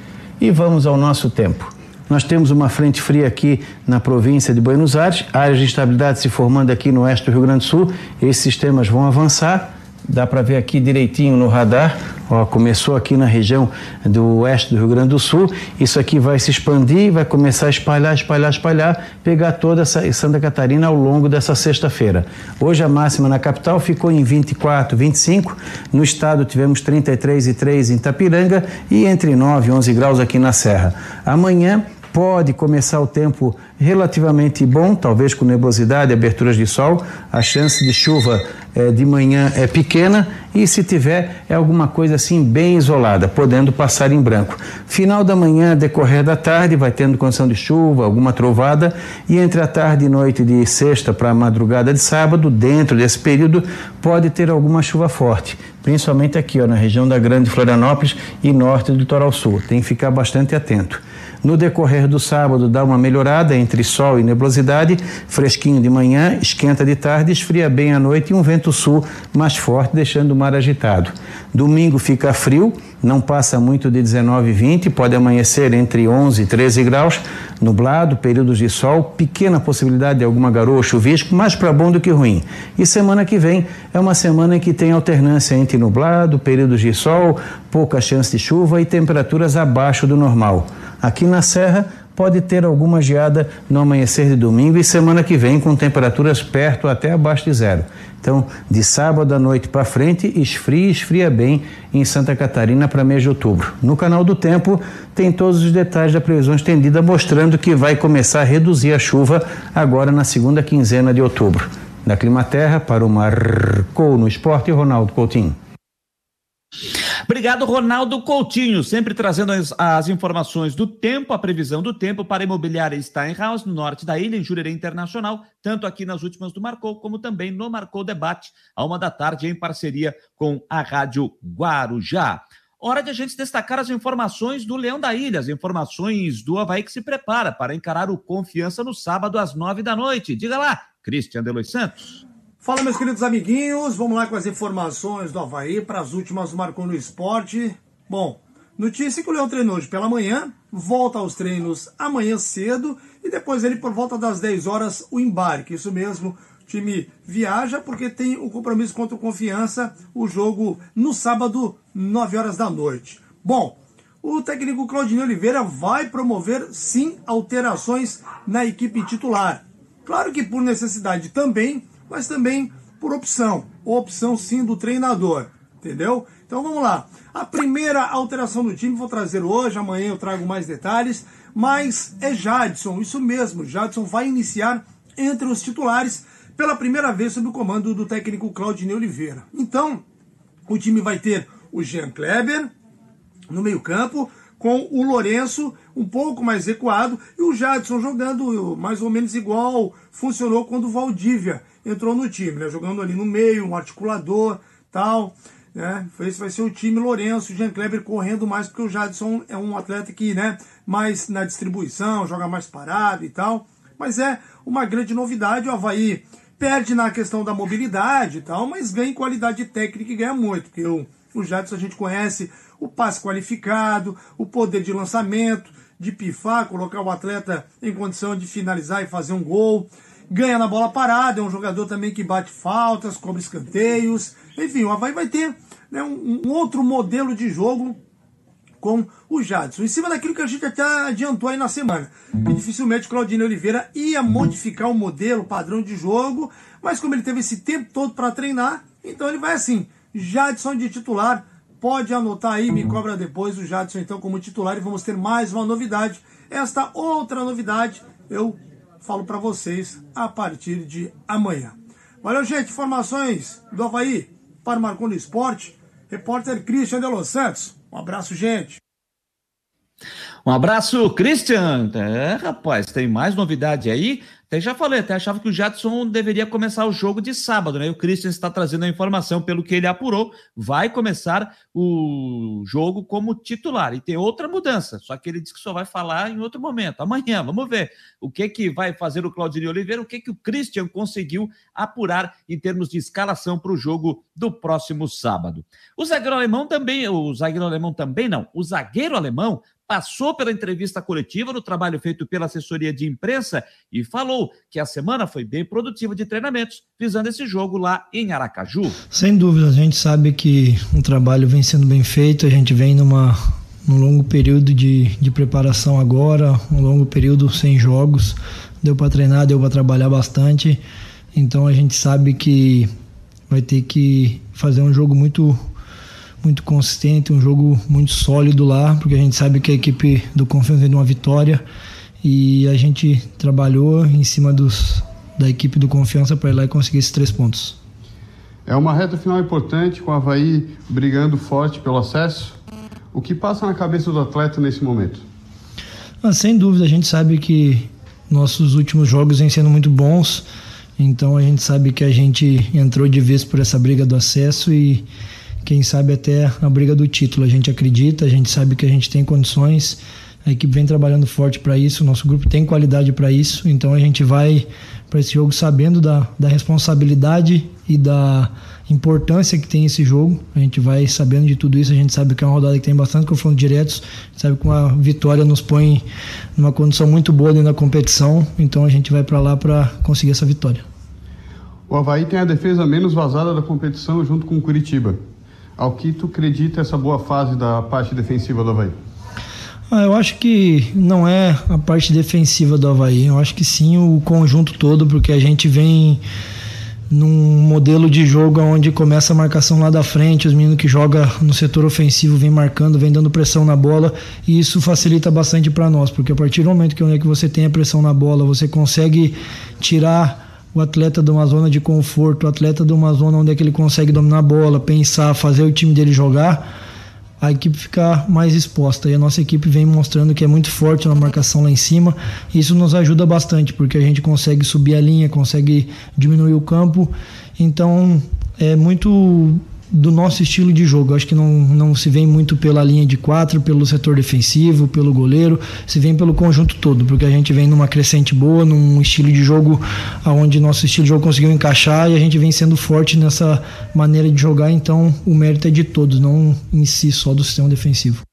E vamos ao nosso tempo. Nós temos uma frente fria aqui na província de Buenos Aires, áreas de instabilidade se formando aqui no oeste do Rio Grande do Sul. Esses sistemas vão avançar. Dá para ver aqui direitinho no radar, ó, começou aqui na região do oeste do Rio Grande do Sul. Isso aqui vai se expandir, vai começar a espalhar, espalhar, espalhar, pegar toda essa Santa Catarina ao longo dessa sexta-feira. Hoje a máxima na capital ficou em vinte e quatro, vinte e cinco, no estado tivemos trinta e três e três em Itapiranga e entre nove e onze graus aqui na Serra. Amanhã pode começar o tempo relativamente bom, talvez com nebulosidade, aberturas de sol. A chance de chuva é, de manhã é pequena e, se tiver, é alguma coisa assim bem isolada, podendo passar em branco. Final da manhã, decorrer da tarde, vai tendo condição de chuva, alguma trovada, e entre a tarde e noite de sexta para a madrugada de sábado, dentro desse período, pode ter alguma chuva forte, principalmente aqui, ó, na região da Grande Florianópolis e norte do Litoral Sul. Tem que ficar bastante atento. No decorrer do sábado dá uma melhorada entre sol e nebulosidade, fresquinho de manhã, esquenta de tarde, esfria bem à noite e um vento sul mais forte, deixando o mar agitado. Domingo fica frio, não passa muito de dezenove, vinte, pode amanhecer entre onze e treze graus, nublado, períodos de sol, pequena possibilidade de alguma garoa ou chuvisco, mais para bom do que ruim. E semana que vem é uma semana em que tem alternância entre nublado, períodos de sol, pouca chance de chuva e temperaturas abaixo do normal. Aqui na Serra pode ter alguma geada no amanhecer de domingo e semana que vem com temperaturas perto até abaixo de zero. Então, de sábado à noite para frente, esfria, esfria bem em Santa Catarina para mês de outubro. No canal do Tempo tem todos os detalhes da previsão estendida, mostrando que vai começar a reduzir a chuva agora na segunda quinzena de outubro. Da Climaterra para o Marcou no Esporte, Ronaldo Coutinho. Obrigado, Ronaldo Coutinho, sempre trazendo as, as informações do tempo, a previsão do tempo para a imobiliária Steinhaus, no norte da ilha, em Jurerê Internacional, tanto aqui nas últimas do Marcou, como também no Marcou Debate, a uma da tarde, em parceria com a Rádio Guarujá. hora de a gente destacar as informações do Leão da Ilha, as informações do Avaí que se prepara para encarar o Confiança no sábado às nove da noite. Diga lá, Cristian de Los Santos. Fala, meus queridos amiguinhos, vamos lá com as informações do Avaí para as últimas do Marcou no Esporte. Bom, notícia que o Leão treinou hoje pela manhã, volta aos treinos amanhã cedo e depois ele por volta das dez horas o embarque, isso mesmo. O time viaja porque tem o compromisso contra o Confiança, o jogo no sábado, nove horas da noite. Bom, o técnico Claudinei Oliveira vai promover, sim, alterações na equipe titular. Claro que por necessidade também, mas também por opção. Opção, sim, do treinador, entendeu? Então vamos lá. A primeira alteração do time vou trazer hoje, amanhã eu trago mais detalhes, mas é Jadson, isso mesmo. Jadson vai iniciar entre os titulares pela primeira vez sob o comando do técnico Claudinei Oliveira. Então, o time vai ter o Jean Kleber no meio campo, com o Lourenço um pouco mais recuado e o Jadson jogando mais ou menos igual funcionou quando o Valdívia entrou no time, né? Jogando ali no meio, um articulador, tal, né? Esse vai ser o time Lourenço, o Jean Kleber correndo mais, porque o Jadson é um atleta que, né, mais na distribuição, joga mais parado e tal, mas é uma grande novidade. O Avaí perde na questão da mobilidade e tal, mas ganha em qualidade técnica e ganha muito, porque o, o Jadson a gente conhece o passe qualificado, o poder de lançamento, de pifar, colocar o atleta em condição de finalizar e fazer um gol, ganha na bola parada, é um jogador também que bate faltas, cobre escanteios, enfim, o Avaí vai ter, né, um, um outro modelo de jogo com o Jadson, em cima daquilo que a gente até adiantou aí na semana, que dificilmente o Claudinei Oliveira ia modificar o modelo, o padrão de jogo, mas como ele teve esse tempo todo para treinar, então ele vai assim, Jadson de titular, pode anotar aí, me cobra depois o Jadson então como titular, e vamos ter mais uma novidade. Esta outra novidade eu falo para vocês a partir de amanhã. Valeu, gente, informações do Avaí para o Marcou no Esporte, repórter Cristian de Los Santos. Um abraço, gente. Um abraço, Christian. É, rapaz, tem mais novidade aí. Até já falei, até achava que o Jadson deveria começar o jogo de sábado, né? E o Christian está trazendo a informação, pelo que ele apurou, vai começar o jogo como titular. E tem outra mudança, só que ele disse que só vai falar em outro momento. Amanhã, vamos ver o que, que vai fazer o Claudinei Oliveira, o que, que o Christian conseguiu apurar em termos de escalação para o jogo do próximo sábado. O zagueiro alemão também, o zagueiro alemão também não, o zagueiro alemão passou pela entrevista coletiva no trabalho feito pela assessoria de imprensa e falou que a semana foi bem produtiva de treinamentos, visando esse jogo lá em Aracaju. Sem dúvida, a gente sabe que o trabalho vem sendo bem feito, a gente vem numa, num longo período de, de preparação agora, um longo período sem jogos, deu para treinar, deu para trabalhar bastante, então a gente sabe que vai ter que fazer um jogo muito muito consistente, um jogo muito sólido lá, porque a gente sabe que a equipe do Confiança vem de uma vitória e a gente trabalhou em cima dos, da equipe do Confiança para ir lá e conseguir esses três pontos. É uma reta final importante, com o Avaí brigando forte pelo acesso. O que passa na cabeça do atleta nesse momento? Ah, sem dúvida, a gente sabe que nossos últimos jogos vêm sendo muito bons, então a gente sabe que a gente entrou de vez por essa briga do acesso e quem sabe até a briga do título. A gente acredita, a gente sabe que a gente tem condições, a equipe vem trabalhando forte para isso, o nosso grupo tem qualidade para isso, então a gente vai para esse jogo sabendo da, da responsabilidade e da importância que tem esse jogo, a gente vai sabendo de tudo isso, a gente sabe que é uma rodada que tem bastante confrontos diretos, sabe que uma vitória nos põe numa condição muito boa dentro da competição, então a gente vai para lá para conseguir essa vitória. O Avaí tem a defesa menos vazada da competição junto com o Curitiba. Ao que tu acredita essa boa fase da parte defensiva do Avaí? Ah, eu acho que não é a parte defensiva do Avaí, eu acho que sim o conjunto todo, porque a gente vem num modelo de jogo onde começa a marcação lá da frente, os meninos que jogam no setor ofensivo vem marcando, vem dando pressão na bola, e isso facilita bastante para nós, porque a partir do momento que, onde é que você tem a pressão na bola, você consegue tirar o atleta de uma zona de conforto, o atleta de uma zona onde é que ele consegue dominar a bola, pensar, fazer o time dele jogar, a equipe fica mais exposta. E a nossa equipe vem mostrando que é muito forte na marcação lá em cima, e isso nos ajuda bastante, porque a gente consegue subir a linha, consegue diminuir o campo, então é muito do nosso estilo de jogo. Eu acho que não, não se vem muito pela linha de quatro, pelo setor defensivo, pelo goleiro, se vem pelo conjunto todo, porque a gente vem numa crescente boa, num estilo de jogo onde nosso estilo de jogo conseguiu encaixar e a gente vem sendo forte nessa maneira de jogar, então o mérito é de todos, não em si só do sistema defensivo.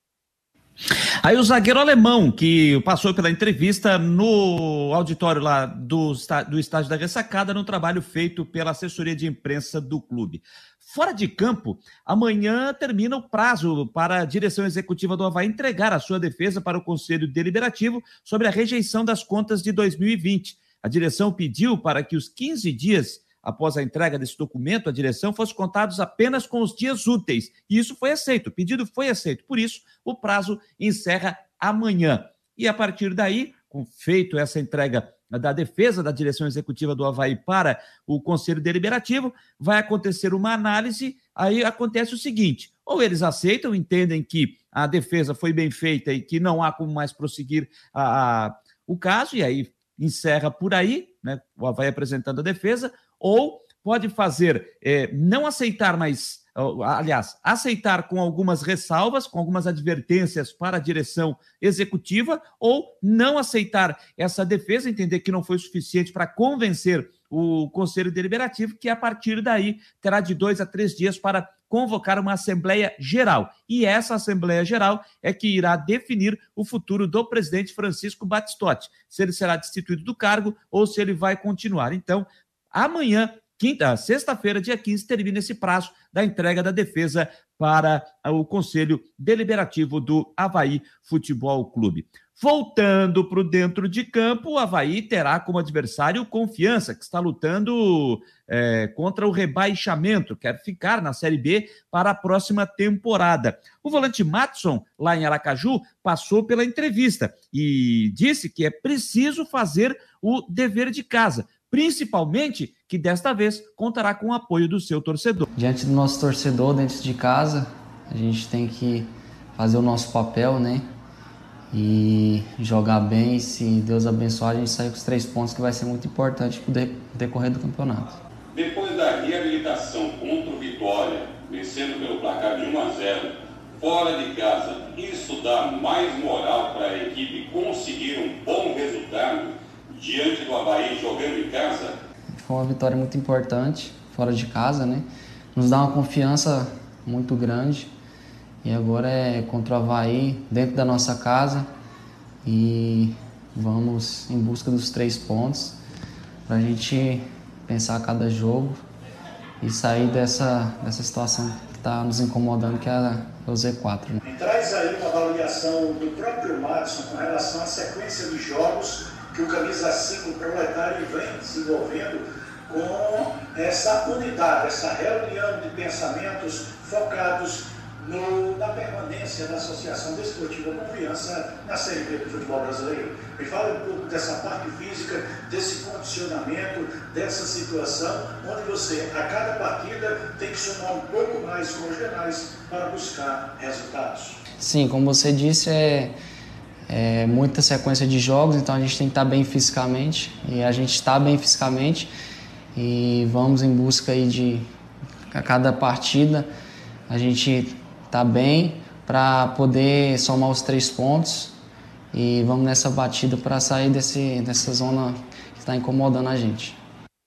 Aí o zagueiro alemão, que passou pela entrevista no auditório lá do, do estádio da Ressacada, no trabalho feito pela assessoria de imprensa do clube. Fora de campo, amanhã termina o prazo para a direção executiva do Avaí entregar a sua defesa para o Conselho Deliberativo sobre a rejeição das contas de dois mil e vinte. A direção pediu para que os quinze dias após a entrega desse documento, a direção fosse contados apenas com os dias úteis. E isso foi aceito, o pedido foi aceito. Por isso, o prazo encerra amanhã. E a partir daí, com feito essa entrega da defesa da direção executiva do Avaí para o Conselho Deliberativo, vai acontecer uma análise, aí acontece o seguinte, ou eles aceitam, entendem que a defesa foi bem feita e que não há como mais prosseguir a, a, o caso, e aí encerra por aí, né, o Avaí apresentando a defesa, ou pode fazer, é, não aceitar mais, aliás, aceitar com algumas ressalvas, com algumas advertências para a direção executiva, ou não aceitar essa defesa, entender que não foi suficiente para convencer o Conselho Deliberativo, que a partir daí terá de dois a três dias para convocar uma Assembleia Geral. E essa Assembleia Geral é que irá definir o futuro do presidente Francisco Batistotti, se ele será destituído do cargo ou se ele vai continuar. Então, amanhã, quinta, sexta-feira, dia quinze, termina esse prazo da entrega da defesa para o Conselho Deliberativo do Avaí Futebol Clube. Voltando para o dentro de campo, o Avaí terá como adversário o Confiança, que está lutando é, contra o rebaixamento, quer ficar na Série B para a próxima temporada. O volante Matson, lá em Aracaju, passou pela entrevista e disse que é preciso fazer o dever de casa, principalmente que desta vez contará com o apoio do seu torcedor. Diante do nosso torcedor dentro de casa, a gente tem que fazer o nosso papel, né? E jogar bem. Se Deus abençoar, a gente sair com os três pontos, que vai ser muito importante para o decorrer do campeonato. Depois da reabilitação contra o Vitória, vencendo pelo placar de um a zero, fora de casa, isso dá mais moral para a equipe conseguir um bom resultado diante do Avaí jogando em casa? Foi uma vitória muito importante, fora de casa, né? Nos dá uma confiança muito grande. E agora é contra o Avaí, dentro da nossa casa. E vamos em busca dos três pontos para a gente pensar a cada jogo e sair dessa, dessa situação que está nos incomodando, que é o Z quatro. Né? Traz aí uma avaliação do próprio Madison com relação à sequência de jogos que o Camisa cinco Proletário vem desenvolvendo com essa unidade, essa reunião de pensamentos focados no, na permanência da Associação Desportiva Confiança na Série B do futebol brasileiro. Me fala um pouco dessa parte física, desse condicionamento, dessa situação, onde você, a cada partida, tem que somar um pouco mais com os demais para buscar resultados. Sim, como você disse, é... É muita sequência de jogos, então a gente tem que estar bem fisicamente, e a gente está bem fisicamente e vamos em busca aí de a cada partida a gente tá bem para poder somar os três pontos e vamos nessa batida para sair desse, dessa zona que está incomodando a gente.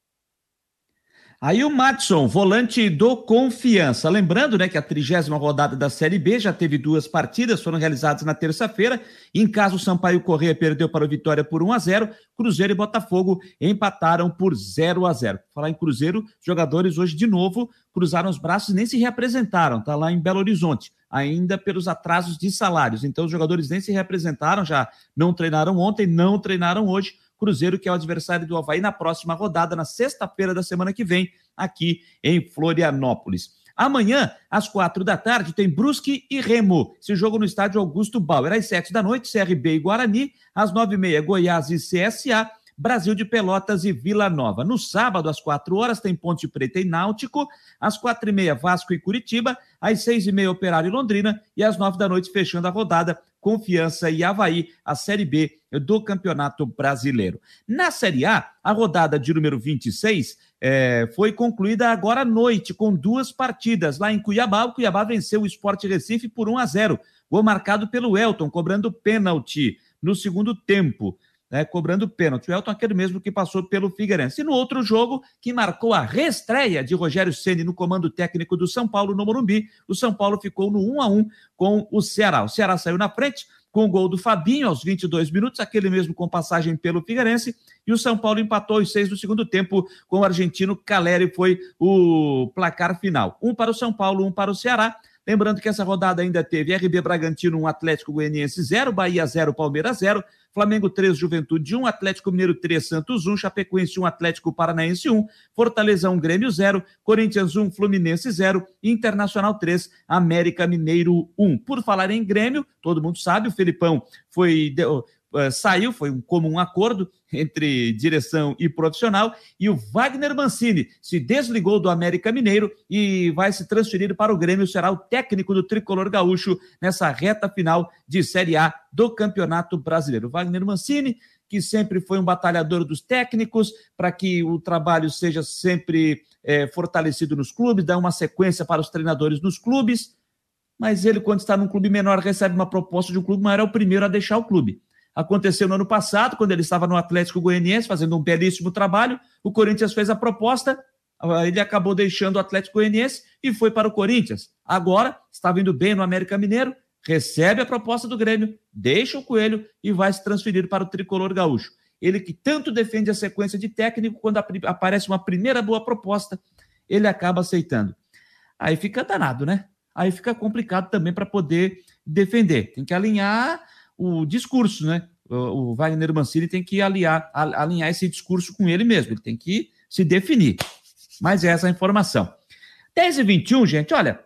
Aí o Matson, volante do Confiança. Lembrando, né, que a trigésima rodada da Série B já teve duas partidas, foram realizadas na terça-feira. Em caso, o Sampaio Corrêa perdeu para o Vitória por um a zero. Cruzeiro e Botafogo empataram por zero a zero. Falar em Cruzeiro, jogadores hoje de novo cruzaram os braços e nem se reapresentaram. Tá lá em Belo Horizonte, ainda pelos atrasos de salários. Então os jogadores nem se reapresentaram, já não treinaram ontem, não treinaram hoje. Cruzeiro, que é o adversário do Avaí na próxima rodada, na sexta-feira da semana que vem, aqui em Florianópolis. Amanhã, às quatro da tarde, tem Brusque e Remo. Esse jogo no estádio Augusto Bauer. Às sete da noite, C R B e Guarani. Às nove e meia, Goiás e C S A. Brasil de Pelotas e Vila Nova. No sábado, às quatro horas, tem Ponte Preta e Náutico, às quatro e meia, Vasco e Curitiba, às seis e meia, Operário e Londrina, e às nove da noite, fechando a rodada, Confiança e Avaí, a Série B do Campeonato Brasileiro. Na Série A, a rodada de número vinte e seis é, foi concluída agora à noite, com duas partidas. Lá em Cuiabá, o Cuiabá venceu o Sport Recife por um a zero. Gol marcado pelo Elton, cobrando pênalti no segundo tempo. Né, cobrando pênalti. O Elton, aquele mesmo que passou pelo Figueirense. E no outro jogo, que marcou a reestreia de Rogério Ceni no comando técnico do São Paulo no Morumbi, o São Paulo ficou no um a um com o Ceará. O Ceará saiu na frente com o gol do Fabinho aos vinte e dois minutos, aquele mesmo com passagem pelo Figueirense, e o São Paulo empatou aos seis do segundo tempo com o argentino Caleri, foi o placar final. Um para o São Paulo, um para o Ceará. Lembrando que essa rodada ainda teve R B Bragantino um, Atlético Goianiense zero, Bahia zero, Palmeiras zero, Flamengo três, Juventude um, Atlético Mineiro três, Santos um, Chapecoense um, Atlético Paranaense um, Fortaleza um, Grêmio zero, Corinthians um, Fluminense zero, Internacional três, América Mineiro um. Por falar em Grêmio, todo mundo sabe, o Felipão foi... Deu, Uh, saiu, foi um comum acordo entre direção e profissional, e o Wagner Mancini se desligou do América Mineiro e vai se transferir para o Grêmio, será o técnico do Tricolor Gaúcho nessa reta final de Série A do Campeonato Brasileiro. O Wagner Mancini, que sempre foi um batalhador dos técnicos, para que o trabalho seja sempre é, fortalecido nos clubes, dá uma sequência para os treinadores nos clubes, mas ele, quando está num clube menor, recebe uma proposta de um clube maior, é o primeiro a deixar o clube. Aconteceu no ano passado, quando ele estava no Atlético Goianiense, fazendo um belíssimo trabalho, o Corinthians fez a proposta, ele acabou deixando o Atlético Goianiense e foi para o Corinthians. Agora, estava indo bem no América Mineiro, recebe a proposta do Grêmio, deixa o Coelho e vai se transferir para o Tricolor Gaúcho. Ele que tanto defende a sequência de técnico, quando aparece uma primeira boa proposta, ele acaba aceitando. Aí fica danado, né? Aí fica complicado também para poder defender. Tem que alinhar o discurso, né? O Wagner Mancini tem que aliar, alinhar esse discurso com ele mesmo, ele tem que se definir. Mas é essa a informação. dez e vinte e um, gente, olha,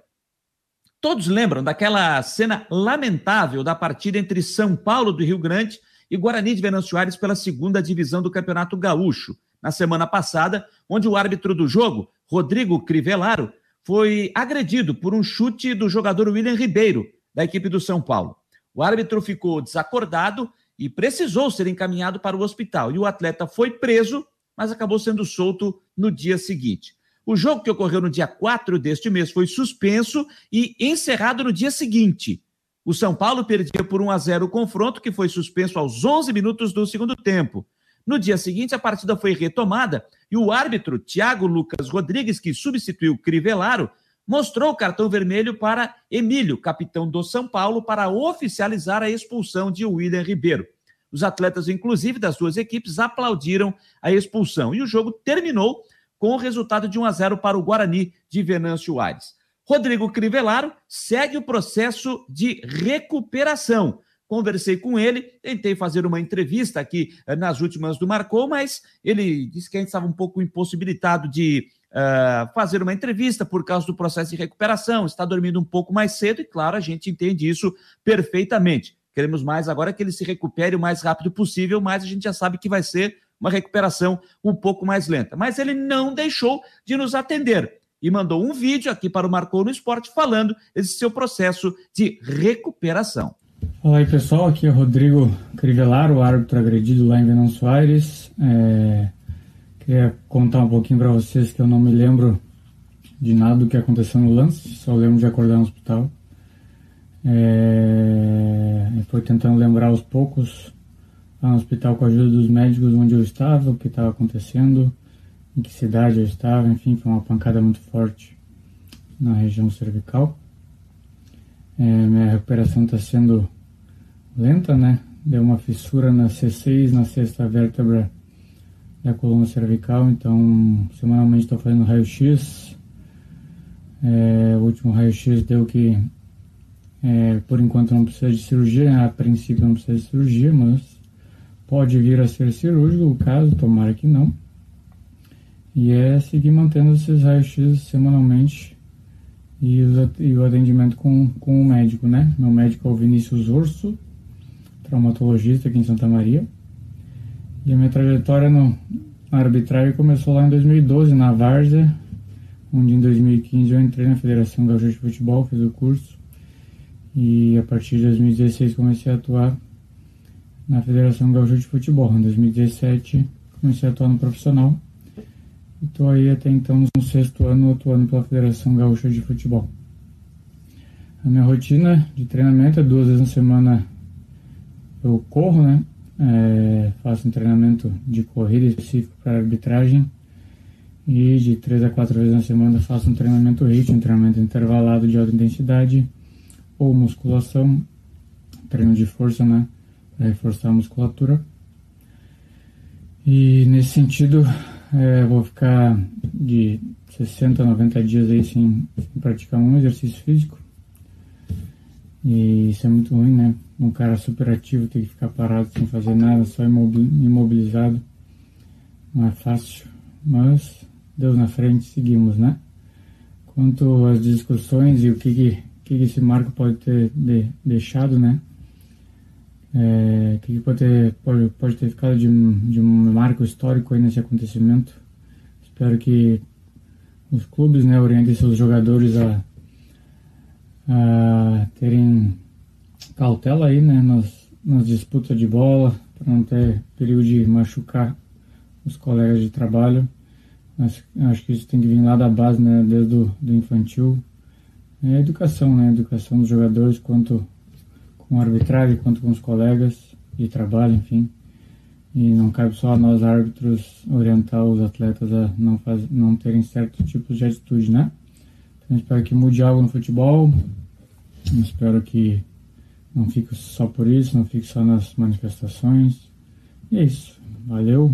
todos lembram daquela cena lamentável da partida entre São Paulo do Rio Grande e Guarani de Venâncio Aires pela segunda divisão do Campeonato Gaúcho, na semana passada, onde o árbitro do jogo, Rodrigo Crivellaro, foi agredido por um chute do jogador William Ribeiro, da equipe do São Paulo. O árbitro ficou desacordado e precisou ser encaminhado para o hospital. E o atleta foi preso, mas acabou sendo solto no dia seguinte. O jogo que ocorreu no dia quatro deste mês foi suspenso e encerrado no dia seguinte. O São Paulo perdia por um a zero o confronto, que foi suspenso aos onze minutos do segundo tempo. No dia seguinte, a partida foi retomada e o árbitro, Thiago Lucas Rodrigues, que substituiu Crivellaro, mostrou o cartão vermelho para Emílio, capitão do São Paulo, para oficializar a expulsão de William Ribeiro. Os atletas, inclusive, das duas equipes, aplaudiram a expulsão. E o jogo terminou com o resultado de um a zero para o Guarani de Venâncio Aires. Rodrigo Crivellaro segue o processo de recuperação. Conversei com ele, tentei fazer uma entrevista aqui nas últimas do Marcou, mas ele disse que a gente estava um pouco impossibilitado de Uh, fazer uma entrevista por causa do processo de recuperação, está dormindo um pouco mais cedo e, claro, a gente entende isso perfeitamente. Queremos mais agora que ele se recupere o mais rápido possível, mas a gente já sabe que vai ser uma recuperação um pouco mais lenta. Mas ele não deixou de nos atender e mandou um vídeo aqui para o Marcou no Esporte falando desse seu processo de recuperação. Fala aí, pessoal, aqui é Rodrigo Crivellaro, o árbitro agredido lá em Venâncio Aires. É... Queria contar um pouquinho para vocês que eu não me lembro de nada do que aconteceu no lance, só lembro de acordar no hospital. É... Foi tentando lembrar aos poucos lá no hospital com a ajuda dos médicos onde eu estava, o que estava acontecendo, em que cidade eu estava, enfim, foi uma pancada muito forte na região cervical. É, minha recuperação está sendo lenta, né? Deu uma fissura na C seis, na sexta vértebra da coluna cervical, então semanalmente estou fazendo raio-x. É, o último raio-x deu que é, por enquanto não precisa de cirurgia, a princípio não precisa de cirurgia, mas pode vir a ser cirúrgico o caso, tomara que não. E é seguir mantendo esses raios-x semanalmente e, e o atendimento com, com o médico, né? Meu médico é o Vinícius Urso, traumatologista aqui em Santa Maria. E a minha trajetória no, na arbitragem começou lá em dois mil e doze, na Várzea, onde em dois mil e quinze eu entrei na Federação Gaúcha de Futebol, fiz o curso. E a partir de dois mil e dezesseis comecei a atuar na Federação Gaúcha de Futebol. Em dois mil e dezessete comecei a atuar no profissional. E estou aí até então no sexto ano atuando pela Federação Gaúcha de Futebol. A minha rotina de treinamento é duas vezes na semana eu corro, né? É, faço um treinamento de corrida específico para arbitragem. E de três a quatro vezes na semana faço um treinamento H I I T, um treinamento intervalado de alta intensidade ou musculação, treino de força, né? Para reforçar a musculatura. E nesse sentido, é, vou ficar de sessenta a noventa dias aí sem, sem praticar um exercício físico. E isso é muito ruim, né? Um cara super ativo tem que ficar parado sem fazer nada, só imobilizado. Não é fácil, mas Deus na frente, seguimos, né? Quanto às discussões e o que, que, que esse marco pode ter de, deixado, né? É, o que, que pode, ter, pode, pode ter ficado de, de um marco histórico aí nesse acontecimento. Espero que os clubes, né, orientem seus jogadores a a terem cautela aí, né, nas, nas disputas de bola, para não ter perigo de machucar os colegas de trabalho. Acho, acho que isso tem que vir lá da base, né, desde o do infantil. É a educação, né, a educação dos jogadores, quanto com a arbitragem, quanto com os colegas de trabalho, enfim. E não cabe só a nós árbitros orientar os atletas a não, faz, não terem certos tipos de atitude, né? Então espero que mude algo no futebol. Espero que não fique só por isso, não fique só nas manifestações. E é isso. Valeu.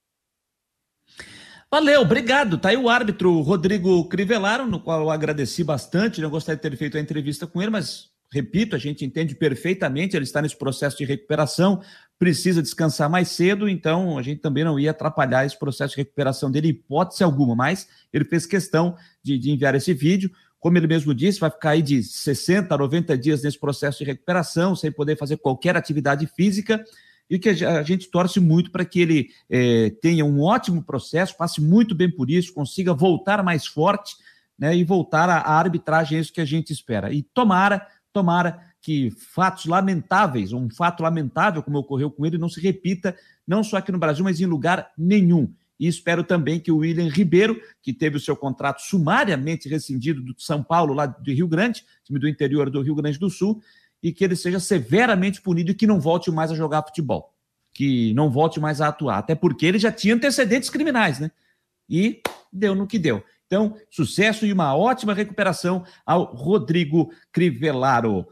Valeu, obrigado. Tá aí o árbitro Rodrigo Crivellaro, no qual eu agradeci bastante. Eu gostaria de ter feito a entrevista com ele, mas, repito, a gente entende perfeitamente, ele está nesse processo de recuperação, precisa descansar mais cedo, então a gente também não ia atrapalhar esse processo de recuperação dele, hipótese alguma, mas ele fez questão de, de enviar esse vídeo. Como ele mesmo disse, vai ficar aí de sessenta a noventa dias nesse processo de recuperação, sem poder fazer qualquer atividade física, e que a gente torce muito para que ele é, tenha um ótimo processo, passe muito bem por isso, consiga voltar mais forte, né, e voltar à arbitragem, é isso que a gente espera. E tomara, tomara que fatos lamentáveis, um fato lamentável como ocorreu com ele, não se repita, não só aqui no Brasil, mas em lugar nenhum. E espero também que o William Ribeiro, que teve o seu contrato sumariamente rescindido do São Paulo, lá do Rio Grande, time do interior do Rio Grande do Sul, e que ele seja severamente punido e que não volte mais a jogar futebol, que não volte mais a atuar, até porque ele já tinha antecedentes criminais, né? E deu no que deu. Então, sucesso e uma ótima recuperação ao Rodrigo Crivellaro.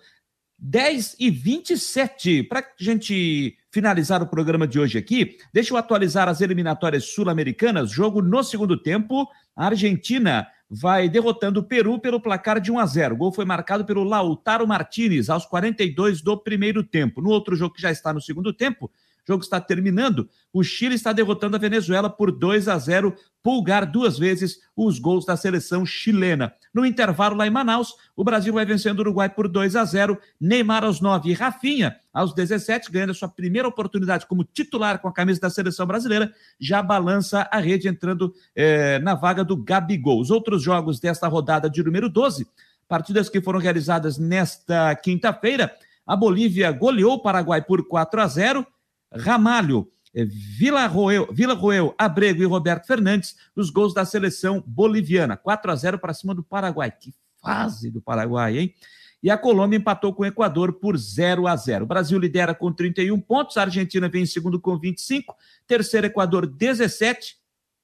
dez e vinte e sete, para a gente finalizar o programa de hoje aqui, deixa eu atualizar as eliminatórias sul-americanas. Jogo no segundo tempo, a Argentina vai derrotando o Peru pelo placar de um a zero. O gol foi marcado pelo Lautaro Martínez aos quarenta e dois do primeiro tempo. No outro jogo que já está no segundo tempo, o jogo está terminando, o Chile está derrotando a Venezuela por dois a zero, Pulgar duas vezes os gols da seleção chilena. No intervalo lá em Manaus, o Brasil vai vencendo o Uruguai por dois a zero, Neymar aos nove e Rafinha aos dezessete, ganhando a sua primeira oportunidade como titular com a camisa da seleção brasileira, já balança a rede entrando eh, na vaga do Gabigol. Os outros jogos desta rodada de número doze, partidas que foram realizadas nesta quinta-feira, a Bolívia goleou o Paraguai por quatro a zero, Ramalho, Vila Roel, Vila Roel, Abrego e Roberto Fernandes, os gols da seleção boliviana, quatro a zero para cima do Paraguai. Que fase do Paraguai, hein? E a Colômbia empatou com o Equador por zero a zero. O Brasil lidera com trinta e um pontos, a Argentina vem em segundo com vinte e cinco, terceiro Equador dezessete,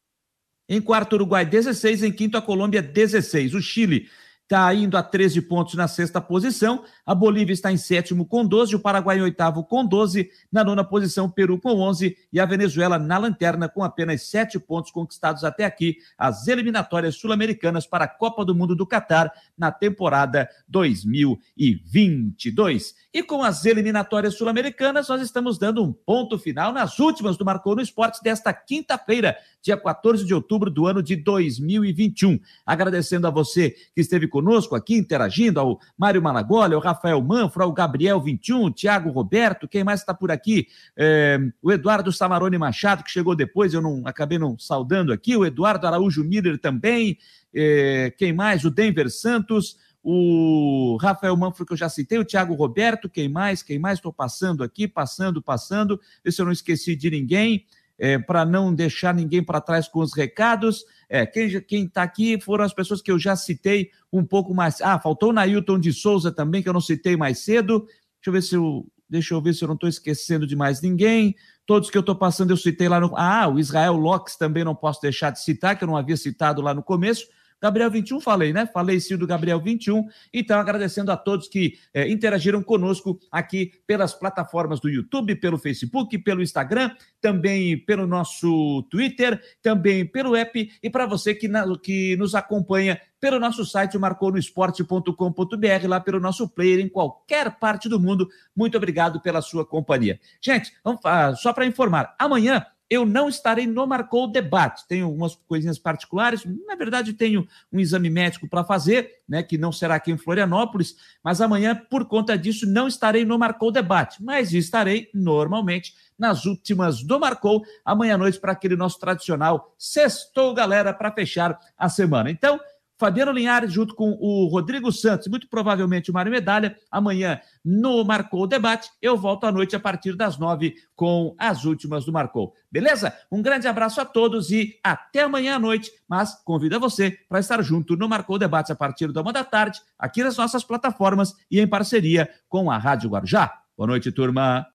em quarto Uruguai dezesseis, em quinto a Colômbia dezesseis. O Chile está indo a treze pontos na sexta posição, a Bolívia está em sétimo com doze, o Paraguai em oitavo com doze, na nona posição o Peru com onze e a Venezuela na lanterna com apenas sete pontos conquistados até aqui, as eliminatórias sul-americanas para a Copa do Mundo do Catar na temporada dois mil e vinte e dois. E com as eliminatórias sul-americanas, nós estamos dando um ponto final nas últimas do Marcou no Esporte desta quinta-feira, dia quatorze de outubro do ano de dois mil e vinte e um. Agradecendo a você que esteve conosco conosco aqui, interagindo, ao Mário Malagoli, ao Rafael Manfro, ao Gabriel vinte e um, Tiago Roberto, quem mais está por aqui? É, o Eduardo Samarone Machado, que chegou depois, eu não acabei não saudando aqui, o Eduardo Araújo Miller também, é, quem mais? O Denver Santos, o Rafael Manfro, que eu já citei, o Tiago Roberto, quem mais? Quem mais? Estou passando aqui, passando, passando, ver se eu não esqueci de ninguém, é, para não deixar ninguém para trás com os recados. É, quem está aqui foram as pessoas que eu já citei um pouco mais. Ah, faltou o Nailton de Souza também, que eu não citei mais cedo. Deixa eu ver se eu, deixa eu, ver se eu não estou esquecendo de mais ninguém. Todos que eu estou passando eu citei lá no... Ah, o Israel Lopes também não posso deixar de citar, que eu não havia citado lá no começo. Gabriel vinte e um, falei, né? Falei sim do Gabriel vinte e um. Então, agradecendo a todos que é, interagiram conosco aqui pelas plataformas do YouTube, pelo Facebook, pelo Instagram, também pelo nosso Twitter, também pelo app, e para você que, na, que nos acompanha pelo nosso site, marcou no esporte ponto com ponto b r, lá pelo nosso player, em qualquer parte do mundo. Muito obrigado pela sua companhia. Gente, vamos, ah, só para informar, amanhã eu não estarei no Marcou Debate. Tenho algumas coisinhas particulares. Na verdade, tenho um exame médico para fazer, né, que não será aqui em Florianópolis, mas amanhã, por conta disso, não estarei no Marcou Debate, mas estarei normalmente nas últimas do Marcou, amanhã à noite, para aquele nosso tradicional Sextou, galera, para fechar a semana. Então, Fabiano Linhares, junto com o Rodrigo Santos, muito provavelmente o Mário Medalha, amanhã no Marcou Debate. Eu volto à noite a partir das nove com as últimas do Marcou. Beleza? Um grande abraço a todos e até amanhã à noite, mas convido a você para estar junto no Marcou Debate a partir da uma da tarde, aqui nas nossas plataformas e em parceria com a Rádio Guarujá. Boa noite, turma.